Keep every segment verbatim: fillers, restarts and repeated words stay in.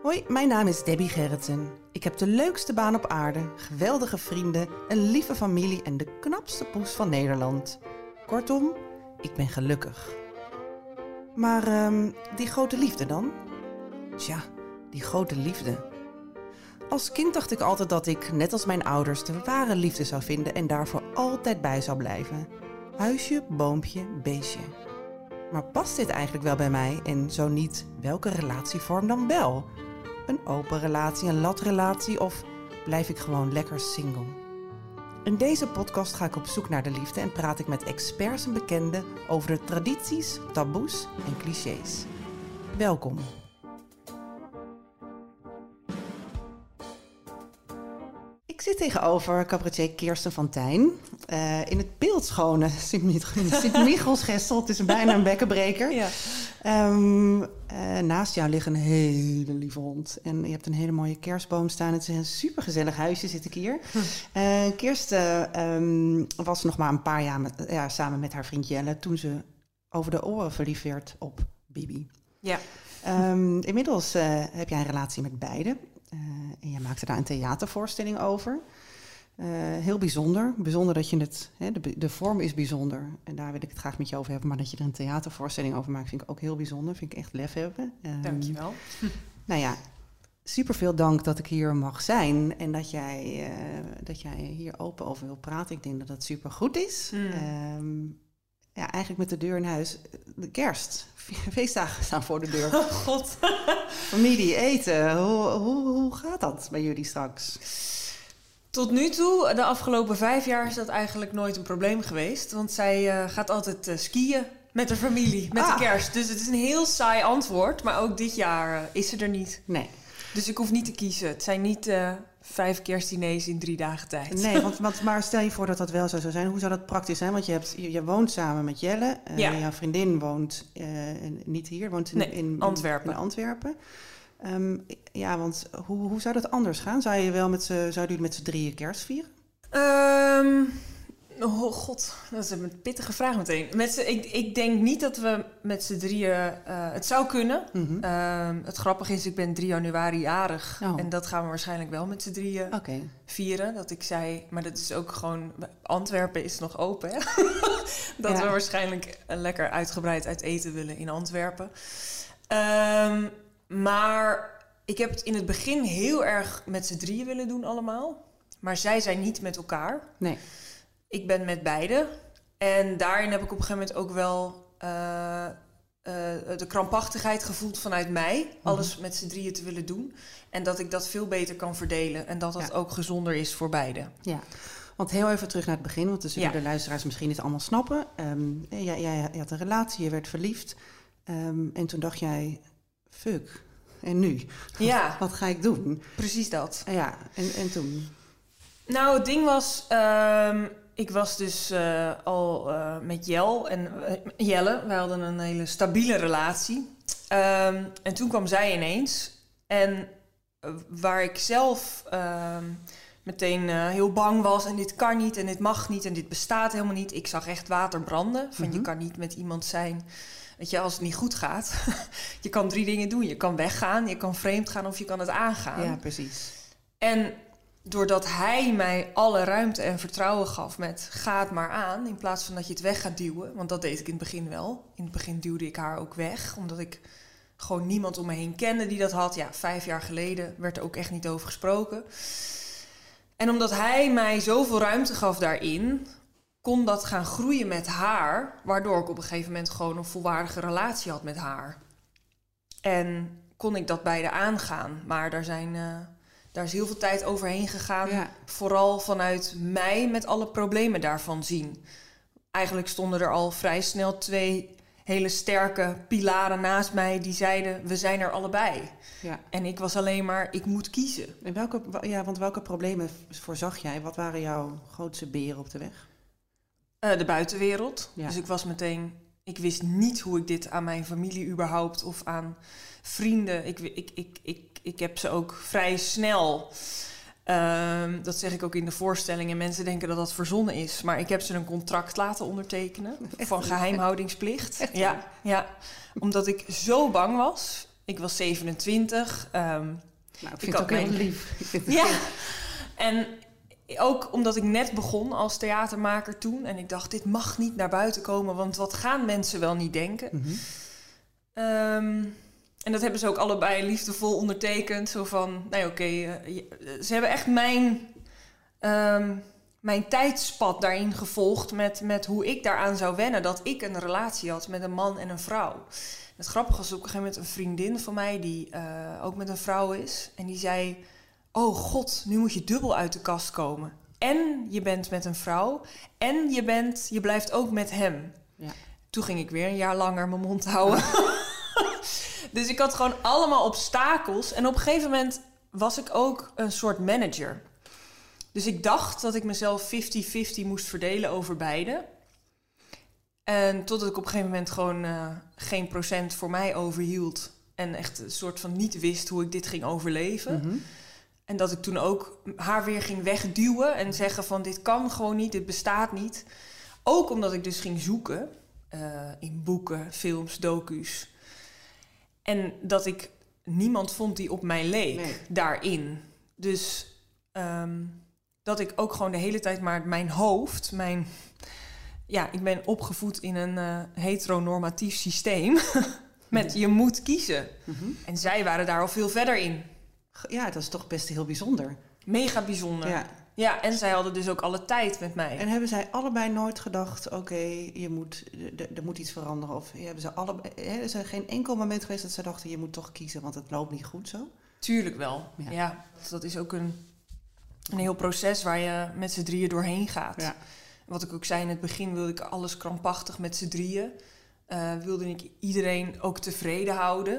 Hoi, mijn naam is Debbie Gerritsen. Ik heb de leukste baan op aarde, geweldige vrienden, een lieve familie en de knapste poes van Nederland. Kortom, ik ben gelukkig. Maar uh, die grote liefde dan? Tja, die grote liefde. Als kind dacht ik altijd dat ik, net als mijn ouders, de ware liefde zou vinden en daarvoor altijd bij zou blijven. Huisje, boompje, beestje. Maar past dit eigenlijk wel bij mij en zo niet, welke relatievorm dan wel? Een open relatie, een latrelatie of blijf ik gewoon lekker single? In deze podcast ga ik op zoek naar de liefde en praat ik met experts en bekenden over de tradities, taboes en clichés. Welkom. Ik zit tegenover cabaretier Kirsten van Tijn. Uh, in het beeldschone Sint-Michielsgestel. Het is bijna een bekkenbreker. Ja. Um, uh, naast jou ligt een hele lieve hond. En je hebt een hele mooie kerstboom staan. Het is een supergezellig huisje, zit ik hier. Uh, Kirsten um, was nog maar een paar jaar met, ja, samen met haar vriend Jelle... toen ze over de oren verliefd werd op Bibi. Ja. Um, inmiddels uh, heb jij een relatie met beiden. Uh, en jij maakte daar een theatervoorstelling over. Uh, heel bijzonder. Bijzonder dat je het... Hè, de, de vorm is bijzonder. En daar wil ik het graag met je over hebben. Maar dat je er een theatervoorstelling over maakt, vind ik ook heel bijzonder. Vind ik echt lef hebben. Um, Dankjewel. Nou ja, superveel dank dat ik hier mag zijn. En dat jij, uh, dat jij hier open over wil praten. Ik denk dat dat super goed is. Mm. Um, ja, eigenlijk met de deur in huis. De kerst. Feestdagen staan voor de deur. Oh god. Familie, eten. Hoe, hoe, hoe gaat dat bij jullie straks? Tot nu toe, de afgelopen vijf jaar, is dat eigenlijk nooit een probleem geweest. Want zij uh, gaat altijd uh, skiën met haar familie, met ah. de kerst. Dus het is een heel saai antwoord. Maar ook dit jaar uh, is ze er niet. Nee. Dus ik hoef niet te kiezen. Het zijn niet uh, vijf kerstdiners in drie dagen tijd. Nee, want, want, maar stel je voor dat dat wel zo zou zijn. Hoe zou dat praktisch zijn? Want je, hebt, je, je woont samen met Jelle. Uh, ja. Jouw vriendin woont uh, niet hier, woont in, nee, in, in Antwerpen. In Antwerpen. Um, ja, want hoe, hoe zou dat anders gaan? Zou je wel met z'n, zouden jullie met z'n drieën kerst vieren? Um, oh god, dat is een pittige vraag meteen. Met z'n, ik, ik denk niet dat we met z'n drieën... Uh, het zou kunnen. Mm-hmm. Um, het grappige is, ik ben drie januari jarig. Oh. En dat gaan we waarschijnlijk wel met z'n drieën okay. vieren. Dat ik zei, maar dat is ook gewoon... Antwerpen is nog open, hè? dat ja. we waarschijnlijk lekker uitgebreid uit eten willen in Antwerpen. Um, Maar ik heb het in het begin heel erg met z'n drieën willen doen allemaal. Maar zij zijn niet met elkaar. Nee. Ik ben met beide. En daarin heb ik op een gegeven moment ook wel uh, uh, de krampachtigheid gevoeld vanuit mij. Mm-hmm. Alles met z'n drieën te willen doen. En dat ik dat veel beter kan verdelen. En dat dat ja. ook gezonder is voor beide. Ja. Want heel even terug naar het begin. Want dan zullen ja. de luisteraars misschien niet allemaal snappen. Um, jij, jij had een relatie, je werd verliefd. Um, en toen dacht jij... Fuck, en nu? Ja. Wat, wat ga ik doen? Precies dat. Ja, en, en toen? Nou, het ding was... Um, ik was dus uh, al uh, met Jel en uh, Jelle. We hadden een hele stabiele relatie. Um, en toen kwam zij ineens. En uh, waar ik zelf uh, meteen uh, heel bang was... en dit kan niet en dit mag niet en dit bestaat helemaal niet. Ik zag echt water branden. Van mm-hmm. Je kan niet met iemand zijn... Weet je, als het niet goed gaat, je kan drie dingen doen. Je kan weggaan, je kan vreemd gaan of je kan het aangaan. Ja, precies. En doordat hij mij alle ruimte en vertrouwen gaf met ga het maar aan... in plaats van dat je het weg gaat duwen, want dat deed ik in het begin wel. In het begin duwde ik haar ook weg, omdat ik gewoon niemand om me heen kende die dat had. Ja, vijf jaar geleden werd er ook echt niet over gesproken. En omdat hij mij zoveel ruimte gaf daarin... kon dat gaan groeien met haar... waardoor ik op een gegeven moment gewoon een volwaardige relatie had met haar. En kon ik dat beide aangaan. Maar daar, zijn, uh, daar is heel veel tijd overheen gegaan. Ja. Vooral vanuit mij met alle problemen daarvan zien. Eigenlijk stonden er al vrij snel twee hele sterke pilaren naast mij... die zeiden, we zijn er allebei. Ja. En ik was alleen maar, ik moet kiezen. En welke, ja, want welke problemen voorzag jij? Wat waren jouw grootste beren op de weg? Uh, de buitenwereld. Ja. Dus ik was meteen... Ik wist niet hoe ik dit aan mijn familie überhaupt... of aan vrienden... Ik, ik, ik, ik, ik heb ze ook vrij snel... Um, dat zeg ik ook in de voorstelling. En mensen denken dat dat verzonnen is. Maar ik heb ze een contract laten ondertekenen... van geheimhoudingsplicht. Ja, ja, omdat ik zo bang was... Ik was zevenentwintig. Um, nou, ik vind ik het ook mijn... heel lief. Ik vind het ja, heel... en ook omdat ik net begon als theatermaker toen. En ik dacht, dit mag niet naar buiten komen, want wat gaan mensen wel niet denken? Mm-hmm. Um, en dat hebben ze ook allebei liefdevol ondertekend. Zo van, nee oké, okay, uh, ze hebben echt mijn... Um, mijn tijdspad daarin gevolgd met, met hoe ik daaraan zou wennen. Dat ik een relatie had met een man en een vrouw. Het grappige was op een gegeven moment een vriendin van mij... die uh, ook met een vrouw is. En die zei... oh god, nu moet je dubbel uit de kast komen. En je bent met een vrouw. En je, bent, je blijft ook met hem. Ja. Toen ging ik weer een jaar langer mijn mond houden. Dus ik had gewoon allemaal obstakels. En op een gegeven moment was ik ook een soort manager... Dus ik dacht dat ik mezelf vijftig vijftig moest verdelen over beide. En totdat ik op een gegeven moment gewoon uh, geen procent voor mij overhield. En echt een soort van niet wist hoe ik dit ging overleven. Mm-hmm. En dat ik toen ook haar weer ging wegduwen en zeggen van dit kan gewoon niet, dit bestaat niet. Ook omdat ik dus ging zoeken uh, in boeken, films, docu's. En dat ik niemand vond die op mij leek nee. daarin. Dus... Um, dat ik ook gewoon de hele tijd maar mijn hoofd, mijn... Ja, ik ben opgevoed in een uh, heteronormatief systeem. Met je moet kiezen. Mm-hmm. En zij waren daar al veel verder in. Ja, dat is toch best heel bijzonder. Mega bijzonder. Ja, ja en zij hadden dus ook alle tijd met mij. En hebben zij allebei nooit gedacht... oké, okay, je moet, er moet iets veranderen? Of hebben ze allebei, hè, is er geen enkel moment geweest dat ze dachten... je moet toch kiezen, want het loopt niet goed zo? Tuurlijk wel. Ja, ja dat is ook een... Een heel proces waar je met z'n drieën doorheen gaat. Ja. Wat ik ook zei in het begin, wilde ik alles krampachtig met z'n drieën. Uh, wilde ik iedereen ook tevreden houden.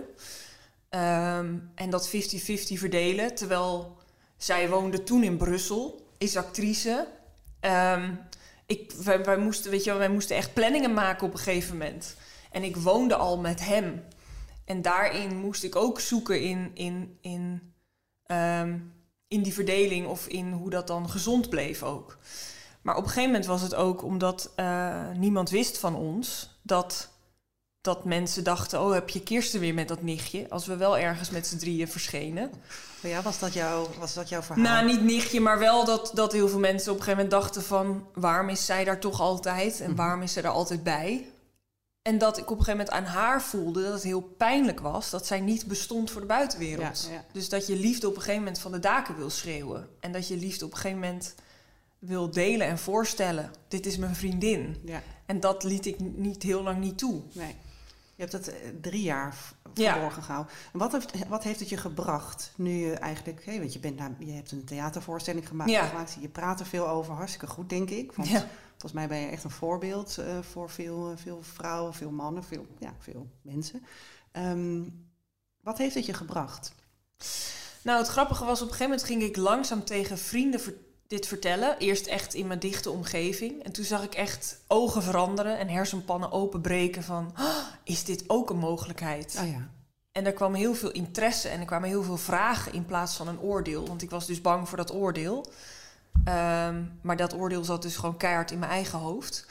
Um, en dat vijftig vijftig verdelen. Terwijl zij woonde toen in Brussel, is actrice. Um, ik, wij, wij, moesten, weet je wel, wij moesten echt planningen maken op een gegeven moment. En ik woonde al met hem. En daarin moest ik ook zoeken in... in, in um, in die verdeling of in hoe dat dan gezond bleef ook. Maar op een gegeven moment was het ook omdat uh, niemand wist van ons... dat, dat mensen dachten, oh, heb je Kirsten weer met dat nichtje... als we wel ergens met z'n drieën verschenen. Ja, was dat, jouw, was dat jouw verhaal? Nou, niet nichtje, maar wel dat, dat heel veel mensen op een gegeven moment dachten van... waarom is zij daar toch altijd en waarom is ze er altijd bij... En dat ik op een gegeven moment aan haar voelde dat het heel pijnlijk was... dat zij niet bestond voor de buitenwereld. Ja, ja. Dus dat je liefde op een gegeven moment van de daken wil schreeuwen. En dat je liefde op een gegeven moment wil delen en voorstellen. Dit is mijn vriendin. Ja. En dat liet ik niet heel lang niet toe. Nee. Je hebt het uh, drie jaar verborgen ja. gehouden. Wat heeft, wat heeft het je gebracht nu je eigenlijk... Hey, want je, bent, nou, je hebt een theatervoorstelling gemaakt, ja. gemaakt. Je praat er veel over, hartstikke goed, denk ik. Want ja. volgens mij ben je echt een voorbeeld uh, voor veel, uh, veel vrouwen, veel mannen, veel, ja, veel mensen. Um, wat heeft het je gebracht? Nou, het grappige was, op een gegeven moment ging ik langzaam tegen vrienden... Ver- dit vertellen. Eerst echt in mijn dichte omgeving. En toen zag ik echt ogen veranderen en hersenpannen openbreken van... Oh, is dit ook een mogelijkheid? Oh ja. En er kwam heel veel interesse en er kwamen heel veel vragen in plaats van een oordeel. Want ik was dus bang voor dat oordeel. Um, maar dat oordeel zat dus gewoon keihard in mijn eigen hoofd.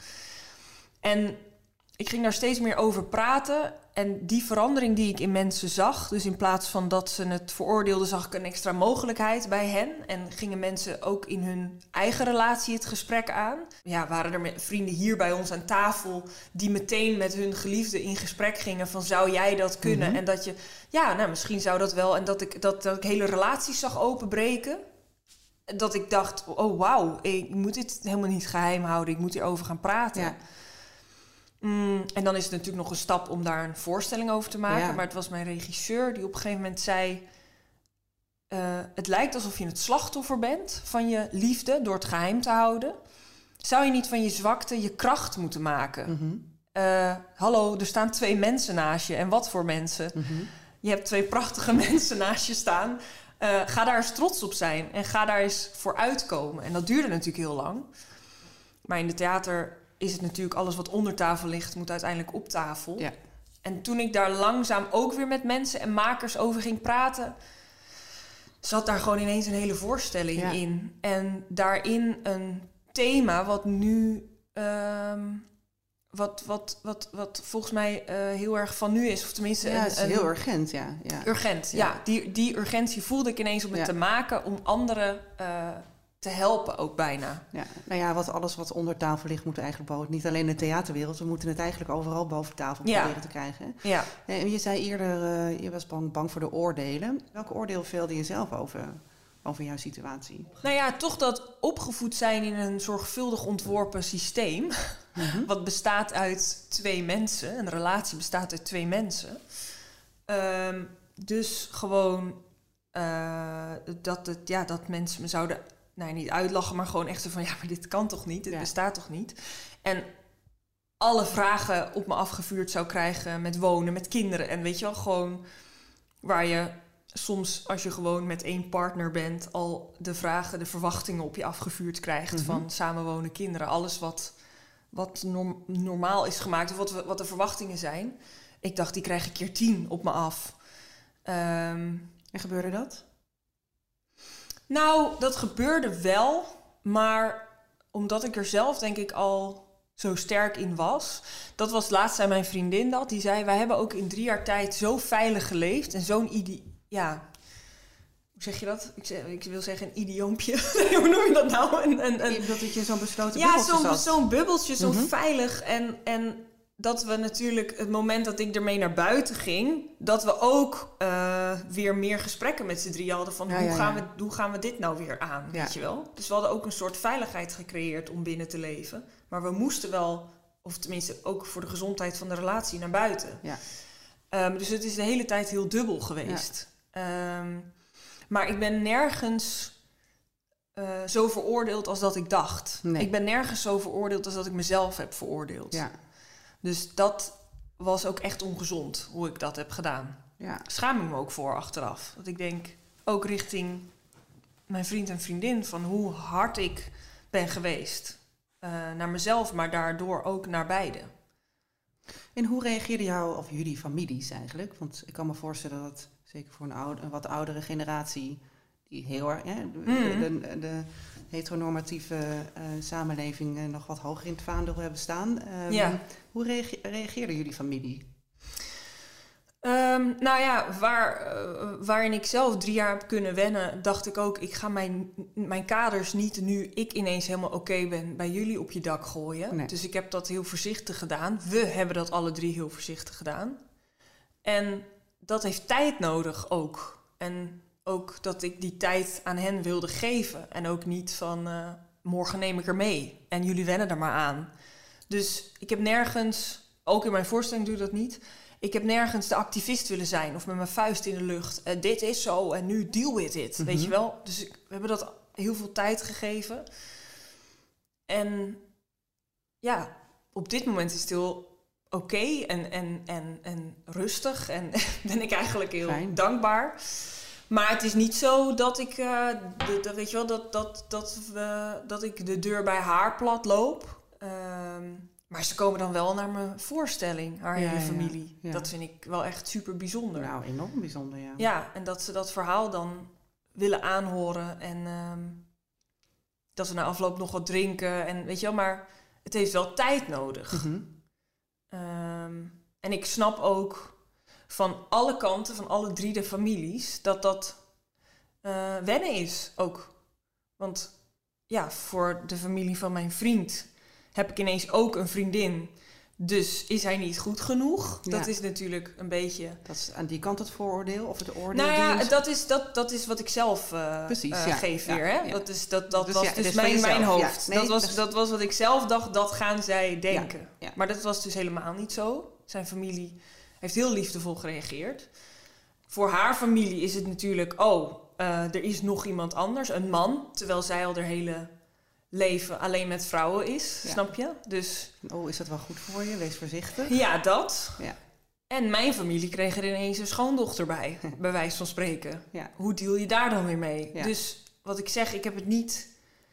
En ik ging daar steeds meer over praten. En die verandering die ik in mensen zag... dus in plaats van dat ze het veroordeelden... zag ik een extra mogelijkheid bij hen. En gingen mensen ook in hun eigen relatie het gesprek aan. Ja, waren er met vrienden hier bij ons aan tafel... die meteen met hun geliefde in gesprek gingen... van zou jij dat kunnen? Mm-hmm. En dat je... ja, nou, misschien zou dat wel... en dat ik, dat, dat ik hele relaties zag openbreken... dat ik dacht, oh wauw... ik moet dit helemaal niet geheim houden... ik moet hierover gaan praten... Ja. Mm, en dan is het natuurlijk nog een stap om daar een voorstelling over te maken. Ja. Maar het was mijn regisseur die op een gegeven moment zei... Uh, het lijkt alsof je het slachtoffer bent van je liefde door het geheim te houden. Zou je niet van je zwakte je kracht moeten maken? Mm-hmm. Uh, hallo, er staan twee mensen naast je. En wat voor mensen? Mm-hmm. Je hebt twee prachtige mensen naast je staan. Uh, ga daar eens trots op zijn en ga daar eens voor uitkomen. En dat duurde natuurlijk heel lang. Maar in de theater... is het natuurlijk alles wat onder tafel ligt... moet uiteindelijk op tafel. Ja. En toen ik daar langzaam ook weer met mensen en makers over ging praten... zat daar gewoon ineens een hele voorstelling ja. in. En daarin een thema wat nu... Um, wat, wat, wat, wat volgens mij uh, heel erg van nu is. Of tenminste... Ja, een, het is een, heel urgent, ja. ja. Urgent, ja. ja. Die, die urgentie voelde ik ineens om het ja. te maken... om anderen uh, te helpen ook bijna. Ja. Nou ja, wat, alles wat onder tafel ligt moet eigenlijk boven. Niet alleen in de theaterwereld, we moeten het eigenlijk overal boven tafel ja. proberen te krijgen. Ja. En je zei eerder, uh, je was bang, bang voor de oordelen. Welke oordeel velde je zelf over... over jouw situatie? Nou ja, toch dat opgevoed zijn in een zorgvuldig ontworpen systeem... Mm-hmm. wat bestaat uit twee mensen. Een relatie bestaat uit twee mensen. Um, dus gewoon uh, dat, het, ja, dat mensen me zouden... Nou, niet uitlachen, maar gewoon echt zo van... ja, maar dit kan toch niet? Dit ja. bestaat toch niet? En alle vragen op me afgevuurd zou krijgen... met wonen, met kinderen. En weet je wel, gewoon waar je... soms als je gewoon met één partner bent... al de vragen, de verwachtingen op je afgevuurd krijgt... Mm-hmm. van samenwonen, kinderen. Alles wat, wat norm, normaal is gemaakt of wat, wat de verwachtingen zijn. Ik dacht, die krijg ik keer tien op me af. Um, en gebeurde dat? Nou, dat gebeurde wel. Maar omdat ik er zelf denk ik al zo sterk in was... dat was laatst zei mijn vriendin dat. Die zei, wij hebben ook in drie jaar tijd zo veilig geleefd... en zo'n idee... Ja, hoe zeg je dat? Ik, zeg, ik wil zeggen een idioompje. Hoe noem je dat nou? Een, een, een... Dat het je zo'n besloten ja, bubbeltje zo'n, zat. zo'n bubbeltje, zo mm-hmm. veilig. En, en dat we natuurlijk het moment dat ik ermee naar buiten ging... dat we ook uh, weer meer gesprekken met z'n drieën hadden... van ja, hoe, ja, gaan ja. We, hoe gaan we dit nou weer aan, ja. weet je wel? Dus we hadden ook een soort veiligheid gecreëerd om binnen te leven. Maar we moesten wel, of tenminste ook voor de gezondheid van de relatie, naar buiten. Ja. Um, dus het is de hele tijd heel dubbel geweest. Ja. Um, maar ik ben nergens uh, zo veroordeeld als dat ik dacht. Nee. Ik ben nergens zo veroordeeld als dat ik mezelf heb veroordeeld. Ja. Dus dat was ook echt ongezond, hoe ik dat heb gedaan. Ja. Schaam ik me ook voor achteraf. Dat ik denk, ook richting mijn vriend en vriendin... van hoe hard ik ben geweest. Uh, naar mezelf, maar daardoor ook naar beiden. En hoe reageerden jou, of jullie families eigenlijk? Want ik kan me voorstellen dat, zeker voor een, oude, een wat oudere generatie... die heel erg, ja, de, mm. de, de, de heteronormatieve uh, samenleving uh, nog wat hoger in het vaandel hebben staan. Um, ja. Hoe reage- reageerde jullie familie? Um, nou ja, waar, uh, waarin ik zelf drie jaar heb kunnen wennen... dacht ik ook, ik ga mijn, mijn kaders niet nu ik ineens helemaal oké okay ben... bij jullie op je dak gooien. Nee. Dus ik heb dat heel voorzichtig gedaan. We hebben dat alle drie heel voorzichtig gedaan. En dat heeft tijd nodig ook. En ook dat ik die tijd aan hen wilde geven. En ook niet van, uh, morgen neem ik er mee. En jullie wennen er maar aan. Dus ik heb nergens, ook in mijn voorstelling doe ik dat niet... Ik heb nergens de activist willen zijn of met mijn vuist in de lucht. Uh, dit is zo en nu deal with it, mm-hmm. weet je wel. Dus ik, we hebben dat heel veel tijd gegeven. En ja, op dit moment is het heel oké okay en, en, en, en rustig. En ben ik eigenlijk heel Fijn. dankbaar. Maar het is niet zo dat ik, uh, de, de, weet je wel, dat, dat, dat, we, dat ik de deur bij haar plat loop. Um, Maar ze komen dan wel naar mijn voorstelling, haar ja, hele familie. Ja, ja. Dat vind ik wel echt super bijzonder. Nou, enorm bijzonder, ja. Ja, en dat ze dat verhaal dan willen aanhoren. En um, dat we na afloop nog wat drinken. En weet je wel, maar het heeft wel tijd nodig. Mm-hmm. Um, en ik snap ook van alle kanten, van alle drie de families... dat dat uh, wennen is ook. Want ja, voor de familie van mijn vriend... heb ik ineens ook een vriendin. Dus is hij niet goed genoeg? Ja. Dat is natuurlijk een beetje... Dat is aan die kant het vooroordeel of het oordeel? Nou ja, die dat is, dat, dat is wat ik zelf uh, Precies, uh, ja. geef weer. Ja, hè? Ja. Dat, is, dat, dat dus was ja, dus, dus mijn, mijn hoofd. Ja, nee, dat, was, dus... dat was wat ik zelf dacht, dat gaan zij denken. Ja, ja. Maar dat was dus helemaal niet zo. Zijn familie heeft heel liefdevol gereageerd. Voor haar familie is het natuurlijk... oh, uh, er is nog iemand anders, een man. Terwijl zij al haar hele... leven alleen met vrouwen is, ja. snap je? Dus, oh, is dat wel goed voor je? Wees voorzichtig. Ja, dat. Ja. En mijn familie kreeg er ineens een schoondochter bij, bij wijze van spreken. Ja. Hoe deal je daar dan weer mee? Ja. Dus wat ik zeg, ik heb het niet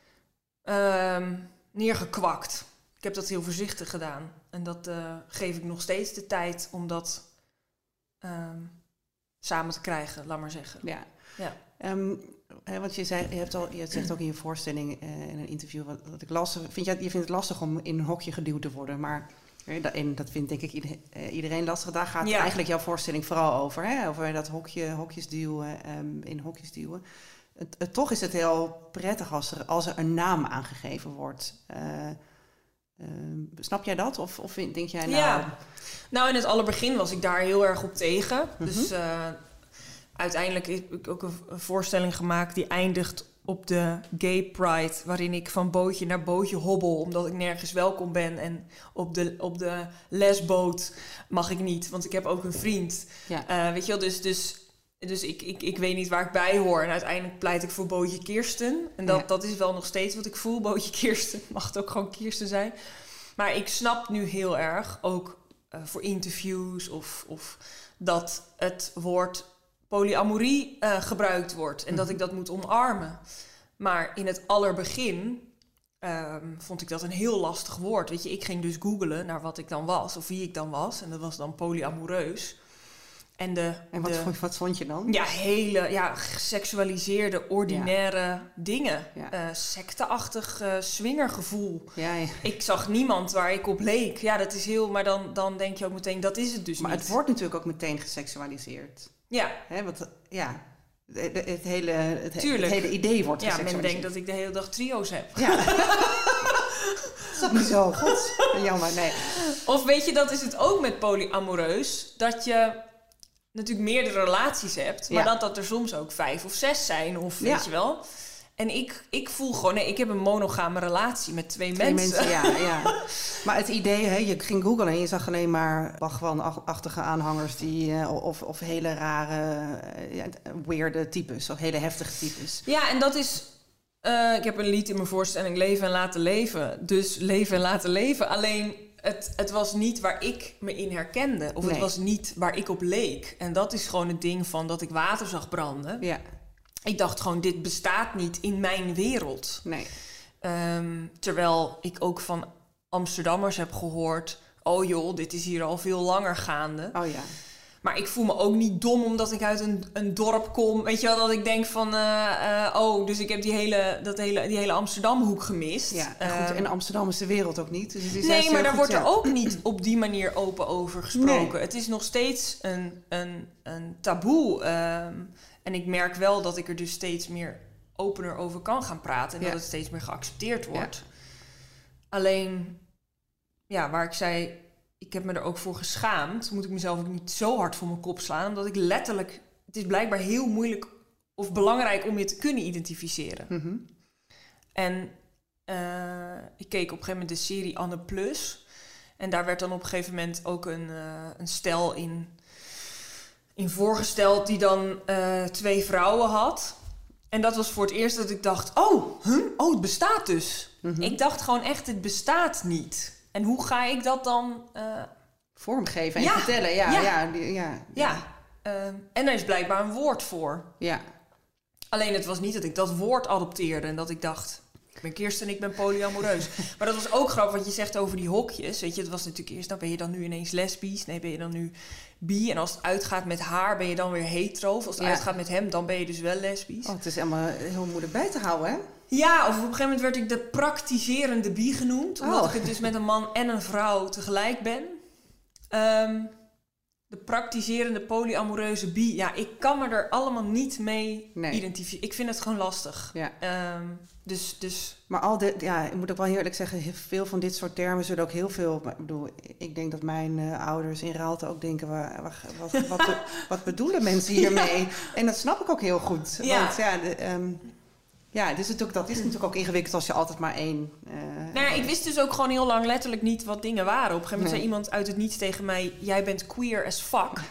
um, neergekwakt. Ik heb dat heel voorzichtig gedaan. En dat uh, geef ik nog steeds de tijd om dat um, samen te krijgen, laat maar zeggen. Ja. Ja. Um, He, want je, zei, je, hebt al, je zegt ook in je voorstelling, uh, in een interview wat, wat ik las... Vind je, je vindt het lastig om in een hokje geduwd te worden, maar En dat vindt denk ik iedereen lastig. Daar gaat ja. eigenlijk jouw voorstelling vooral over. Hè? Over dat hokje, hokjes duwen, um, in hokjes duwen. Het, het, toch is het heel prettig als er, als er een naam aangegeven wordt. Uh, uh, snap jij dat? Of, of denk jij nou... Ja, nou in het allerbegin was ik daar heel erg op tegen. Mm-hmm. Dus uh, uiteindelijk heb ik ook een, een voorstelling gemaakt die eindigt op de Gay Pride, waarin ik van bootje naar bootje hobbel, omdat ik nergens welkom ben. En op de, op de lesboot mag ik niet, want ik heb ook een vriend. Ja. Uh, weet je wel, dus, dus, dus ik, ik, ik weet niet waar ik bij hoor. En uiteindelijk pleit ik voor bootje Kirsten. En dat, ja. dat is wel nog steeds wat ik voel, bootje Kirsten. Mag het ook gewoon Kirsten zijn. Maar ik snap nu heel erg, ook uh, voor interviews, of, of dat het woord polyamorie uh, gebruikt wordt. En mm-hmm. dat ik dat moet omarmen. Maar in het allerbegin um, vond ik dat een heel lastig woord. Weet je, ik ging dus googlen naar wat ik dan was, of wie ik dan was. En dat was dan polyamoreus. En, de, en wat, de, vond, wat vond je dan? Ja, hele ja, geseksualiseerde, ordinaire ja. dingen. Ja. Uh, secteachtig uh, swingergevoel. Ja, ja. Ik zag niemand waar ik op leek. Ja, dat is heel... Maar dan, dan denk je ook meteen, dat is het dus maar niet. Maar het wordt natuurlijk ook meteen geseksualiseerd. Ja. Hè, want ja, het, het, hele, het, het hele idee wordt ja, geseksualiseerd. Men denkt dat ik de hele dag trio's heb. Ja. Dat is niet zo goed. Jammer, nee. Of weet je, dat is het ook met polyamoreus. Dat je natuurlijk meerdere relaties hebt. Maar ja. dat, dat er soms ook vijf of zes zijn. Of weet ja. je wel. En ik, ik voel gewoon, nee, ik heb een monogame relatie met twee, twee mensen. mensen ja, ja. Maar het idee, hè, je ging googlen en je zag alleen maar Bhagwan-achtige aanhangers die, uh, of, of hele rare, uh, ja, weirde types, of hele heftige types. Ja, en dat is, uh, ik heb een lied in mijn voorstelling, Leven en Laten Leven. Dus leven en laten leven. Alleen, het, het was niet waar ik me in herkende. Of nee. het was niet waar ik op leek. En dat is gewoon het ding van dat ik water zag branden. Ja. Ik dacht gewoon, dit bestaat niet in mijn wereld. Nee. Um, terwijl ik ook van Amsterdammers heb gehoord, oh joh, dit is hier al veel langer gaande. Oh ja. Maar ik voel me ook niet dom omdat ik uit een, een dorp kom. Weet je wel, dat ik denk van, uh, uh, oh, dus ik heb die hele, dat hele, die hele Amsterdamhoek gemist. Ja, en goed, en Amsterdam is de wereld ook niet. Dus het is nee, maar daar goed, wordt ja. er ook niet op die manier open over gesproken. Nee. Het is nog steeds een, een, een taboe. Um, en ik merk wel dat ik er dus steeds meer opener over kan gaan praten. En ja. dat het steeds meer geaccepteerd wordt. Ja. Alleen, ja, waar ik zei, ik heb me er ook voor geschaamd. Moet ik mezelf ook niet zo hard voor mijn kop slaan. Omdat ik letterlijk, het is blijkbaar heel moeilijk of belangrijk om je te kunnen identificeren. Mm-hmm. En uh, ik keek op een gegeven moment de serie Anne Plus. En daar werd dan op een gegeven moment ook een, uh, een stel in... in voorgesteld die dan uh, twee vrouwen had. En dat was voor het eerst dat ik dacht, oh, huh? oh het bestaat dus. Mm-hmm. Ik dacht gewoon echt, het bestaat niet. En hoe ga ik dat dan... Uh... vormgeven en ja. vertellen. Ja, ja. ja, ja, ja. ja. Uh, en er is blijkbaar een woord voor. Ja. Alleen het was niet dat ik dat woord adopteerde en dat ik dacht, ik ben Kirsten en ik ben polyamoreus. Maar dat was ook grappig wat je zegt over die hokjes. Weet je, het was natuurlijk eerst, nou ben je dan nu ineens lesbisch? Nee, ben je dan nu bi? En als het uitgaat met haar, ben je dan weer hetero? Of als het ja. uitgaat met hem, dan ben je dus wel lesbisch. Oh, het is helemaal heel moeilijk bij te houden, hè? Ja, of op een gegeven moment werd ik de praktiserende bi genoemd. Omdat oh. ik het dus met een man en een vrouw tegelijk ben. Um, de praktiserende polyamoreuze bi. Ja, ik kan me er allemaal niet mee nee. identificeren. Ik vind het gewoon lastig. Ja. Um, dus, dus... Maar al dit, ja, ik moet ook wel heel eerlijk zeggen, veel van dit soort termen zullen ook heel veel... Ik bedoel, ik denk dat mijn uh, ouders in Raalte ook denken, wat, wat, wat, be, wat bedoelen mensen hiermee? Ja. En dat snap ik ook heel goed. Ja. Want ja, de, um, ja het is natuurlijk, dat is natuurlijk ook ingewikkeld als je altijd maar één... Uh, nou ja, ik wist dus ook gewoon heel lang letterlijk niet wat dingen waren. Op een gegeven moment nee. zei iemand uit het niets tegen mij, jij bent queer as fuck.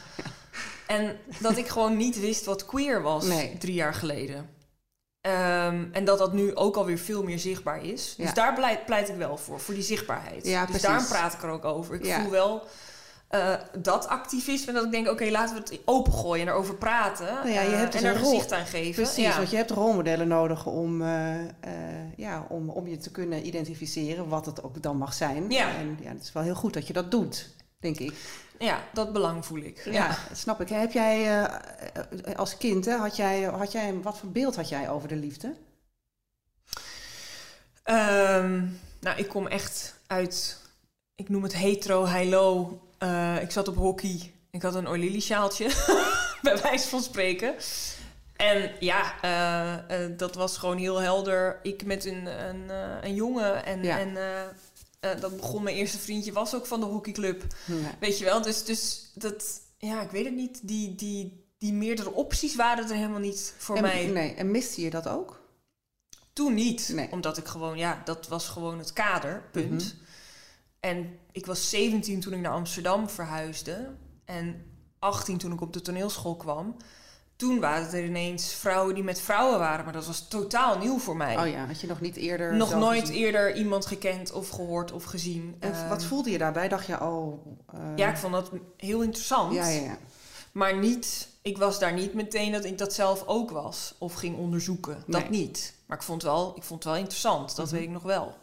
En dat ik gewoon niet wist wat queer was nee. drie jaar geleden. Um, en dat dat nu ook alweer veel meer zichtbaar is. Ja. Dus daar pleit, pleit ik wel voor, voor die zichtbaarheid. Ja, dus daarom praat ik er ook over. Ik ja. voel wel uh, dat activisme, dat ik denk, oké, okay, laten we het opengooien en erover praten. Nou ja, je hebt dus uh, en er rol. gezicht aan geven. Precies, ja. want je hebt rolmodellen nodig om, uh, uh, ja, om, om je te kunnen identificeren wat het ook dan mag zijn. Ja. En ja, het is wel heel goed dat je dat doet, denk ik. Ja, dat belang voel ik. Ja, ja. dat snap ik. Heb jij uh, als kind, hè, had jij, had jij, wat voor beeld had jij over de liefde? Um, nou, ik kom echt uit ik noem het hetero, high-low. Uh, ik zat op hockey. Ik had een oilily sjaaltje, bij wijze van spreken. En ja, uh, uh, dat was gewoon heel helder. Ik met een, een, uh, een jongen en... Ja. en uh, uh, dat begon, mijn eerste vriendje was ook van de hockeyclub. Ja. Weet je wel, dus, dus dat... Ja, ik weet het niet. Die, die, die meerdere opties waren er helemaal niet voor en, mij. Nee, en miste je dat ook? Toen niet. Nee. Omdat ik gewoon, ja, dat was gewoon het kader, punt. Mm-hmm. En ik was zeventien toen ik naar Amsterdam verhuisde. En achttien toen ik op de toneelschool kwam. Toen waren er ineens vrouwen die met vrouwen waren. Maar dat was totaal nieuw voor mij. Oh ja, had je nog niet eerder... Nog nooit gezien? eerder iemand gekend of gehoord of gezien. En uh, wat voelde je daarbij? Dacht je, oh... Uh... Ja, ik vond dat heel interessant. Ja, ja, ja. Maar niet... Ik was daar niet meteen dat ik dat zelf ook was. Of ging onderzoeken. Dat nee. niet. Maar ik vond, wel, ik vond het wel interessant. Dat mm-hmm. weet ik nog wel.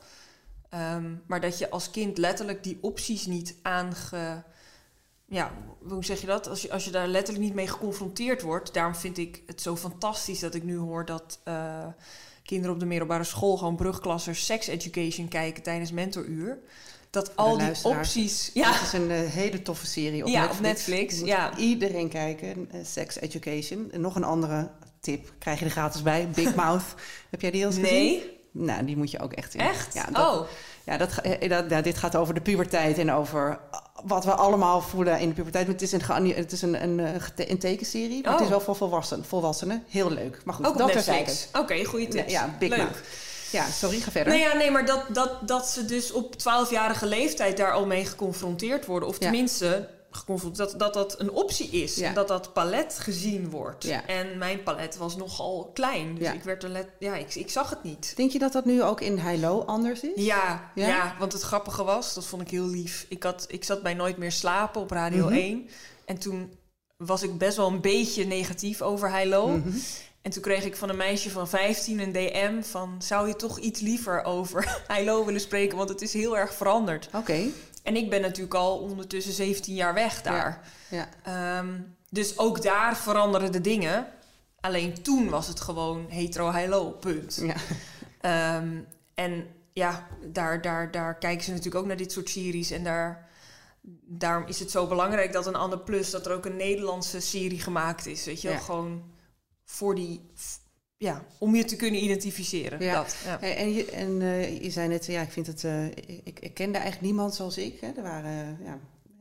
Um, maar dat je als kind letterlijk die opties niet aange... Ja, hoe zeg je dat? Als je, als je daar letterlijk niet mee geconfronteerd wordt. Daarom vind ik het zo fantastisch dat ik nu hoor dat uh, kinderen op de middelbare school gewoon brugklassers sex education kijken tijdens mentoruur. Dat al die opties... Ja. Dat is een uh, hele toffe serie op ja, Netflix. Op Netflix Moet ja. iedereen kijken. Uh, sex education. En nog een andere tip krijg je er gratis bij. Big Mouth. Heb jij die al eens gezien? Nee. Nou, die moet je ook echt zien. Echt? Ja, dat, oh. Ja, dat, dat, ja, dit gaat over de puberteit en over wat we allemaal voelen in de puberteit. Het is een, het is een, een, een tekenserie, maar oh. het is wel voor volwassenen. volwassenen. Heel leuk. Maar goed, ook dat op Netflix. Oké, okay, goede tips. Ja, Big Mouth. Ja, sorry, ga verder. Nee, ja, nee maar dat, dat, dat ze dus op twaalfjarige leeftijd daar al mee geconfronteerd worden. Of tenminste... Ja. Dat, dat dat een optie is. Ja. En dat dat palet gezien wordt. Ja. En mijn palet was nogal klein. Dus ja. ik werd er let, ja, ik, ik zag het niet. Denk je dat dat nu ook in high-low anders is? Ja, ja? ja, want het grappige was, dat vond ik heel lief. Ik, had, ik zat bij Nooit meer slapen op Radio mm-hmm. één. En toen was ik best wel een beetje negatief over high-low. Mm-hmm. En toen kreeg ik van een meisje van vijftien een D M van... zou je toch iets liever over high-low willen spreken? Want het is heel erg veranderd. Oké. Okay. En ik ben natuurlijk al ondertussen zeventien jaar weg daar. Ja, ja. Um, dus ook daar veranderen de dingen. Alleen toen was het gewoon hetero-high-low, punt. Ja. Um, en ja, daar, daar, daar kijken ze natuurlijk ook naar dit soort series. En daar, daarom is het zo belangrijk dat een ander plus... dat er ook een Nederlandse serie gemaakt is. Weet je wel, ja. gewoon voor die... Ja, om je te kunnen identificeren. Ja. Dat, ja. Hey, en je, en uh, je zei net, ja, ik vind het, uh, ik, ik kende eigenlijk niemand zoals ik. Hè. Er waren, ja,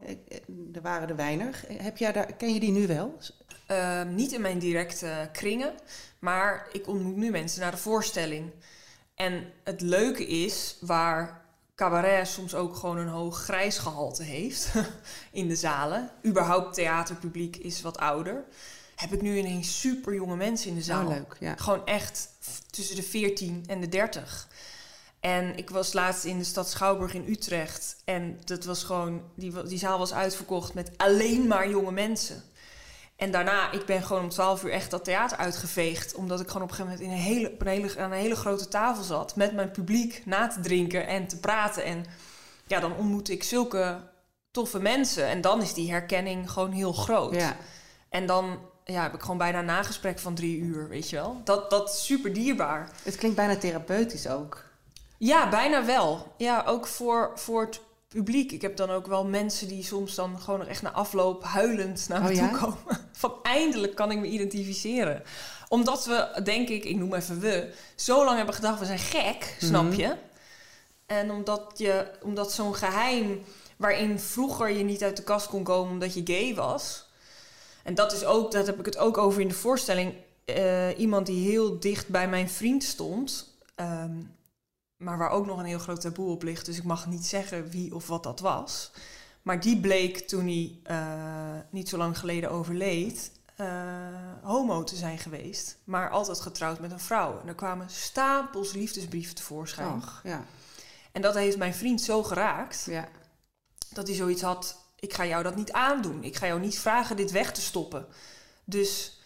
er waren er weinig. Heb jij daar, ken je die nu wel? Uh, niet in mijn directe kringen, maar ik ontmoet nu mensen naar de voorstelling. En het leuke is, waar cabaret soms ook gewoon een hoog grijs gehalte heeft in de zalen. Überhaupt theaterpubliek is wat ouder. Heb ik nu ineens super jonge mensen in de zaal. Oh, leuk, ja. Gewoon echt tussen de veertien en de dertig. En ik was laatst in de stad Schouwburg in Utrecht. En dat was gewoon, die, die zaal was uitverkocht met alleen maar jonge mensen. En daarna, ik ben gewoon om twaalf uur echt dat theater uitgeveegd. Omdat ik gewoon op een gegeven moment in een hele, op een hele, aan een hele grote tafel zat. Met mijn publiek na te drinken en te praten. En ja, dan ontmoet ik zulke toffe mensen. En dan is die herkenning gewoon heel groot. Ja. En dan... Ja, heb ik gewoon bijna een nagesprek van drie uur, weet je wel. Dat, dat is super dierbaar. Het klinkt bijna therapeutisch ook. Ja, bijna wel. Ja, ook voor, voor het publiek. Ik heb dan ook wel mensen die soms dan gewoon nog echt na afloop huilend naar me oh, toe ja? komen. Van eindelijk kan ik me identificeren. Omdat we, denk ik, ik noem even we, zo lang hebben gedacht, we zijn gek, snap mm-hmm. je? En omdat, je, omdat zo'n geheim waarin vroeger je niet uit de kast kon komen omdat je gay was... En dat is ook, dat heb ik het ook over in de voorstelling. Uh, iemand die heel dicht bij mijn vriend stond. Um, maar waar ook nog een heel groot taboe op ligt. Dus ik mag niet zeggen wie of wat dat was. Maar die bleek toen hij uh, niet zo lang geleden overleed... Uh, homo te zijn geweest. Maar altijd getrouwd met een vrouw. En er kwamen stapels liefdesbrieven tevoorschijn. Och, ja. En dat heeft mijn vriend zo geraakt... Ja. Dat hij zoiets had... Ik ga jou dat niet aandoen. Ik ga jou niet vragen dit weg te stoppen. Dus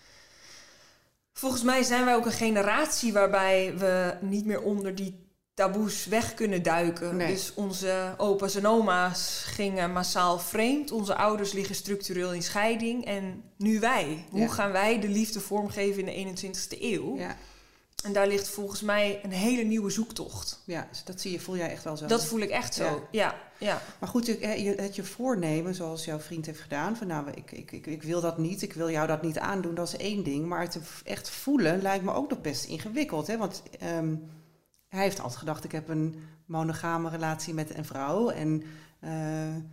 volgens mij zijn wij ook een generatie... waarbij we niet meer onder die taboes weg kunnen duiken. Nee. Dus onze opa's en oma's gingen massaal vreemd. Onze ouders liggen structureel in scheiding. En nu wij. Hoe ja. gaan wij de liefde vormgeven in de eenentwintigste eeuw? Ja. En daar ligt volgens mij een hele nieuwe zoektocht. Ja, dus dat zie je, voel jij echt wel zo. Dat voel ik echt zo, ja. ja, ja. Maar goed, je, het je voornemen, zoals jouw vriend heeft gedaan, van nou, ik, ik, ik, ik wil dat niet, ik wil jou dat niet aandoen, dat is één ding. Maar het echt voelen lijkt me ook nog best ingewikkeld. Hè? Want um, hij heeft altijd gedacht, ik heb een monogame relatie met een vrouw. En uh, uh,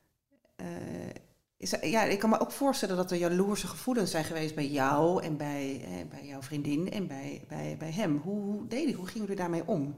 is, ja, ik kan me ook voorstellen dat er jaloerse gevoelens zijn geweest bij jou en bij, eh, bij jouw vriendin en bij, bij, bij hem. Hoe, hoe deed hij, hoe gingen jullie daarmee om?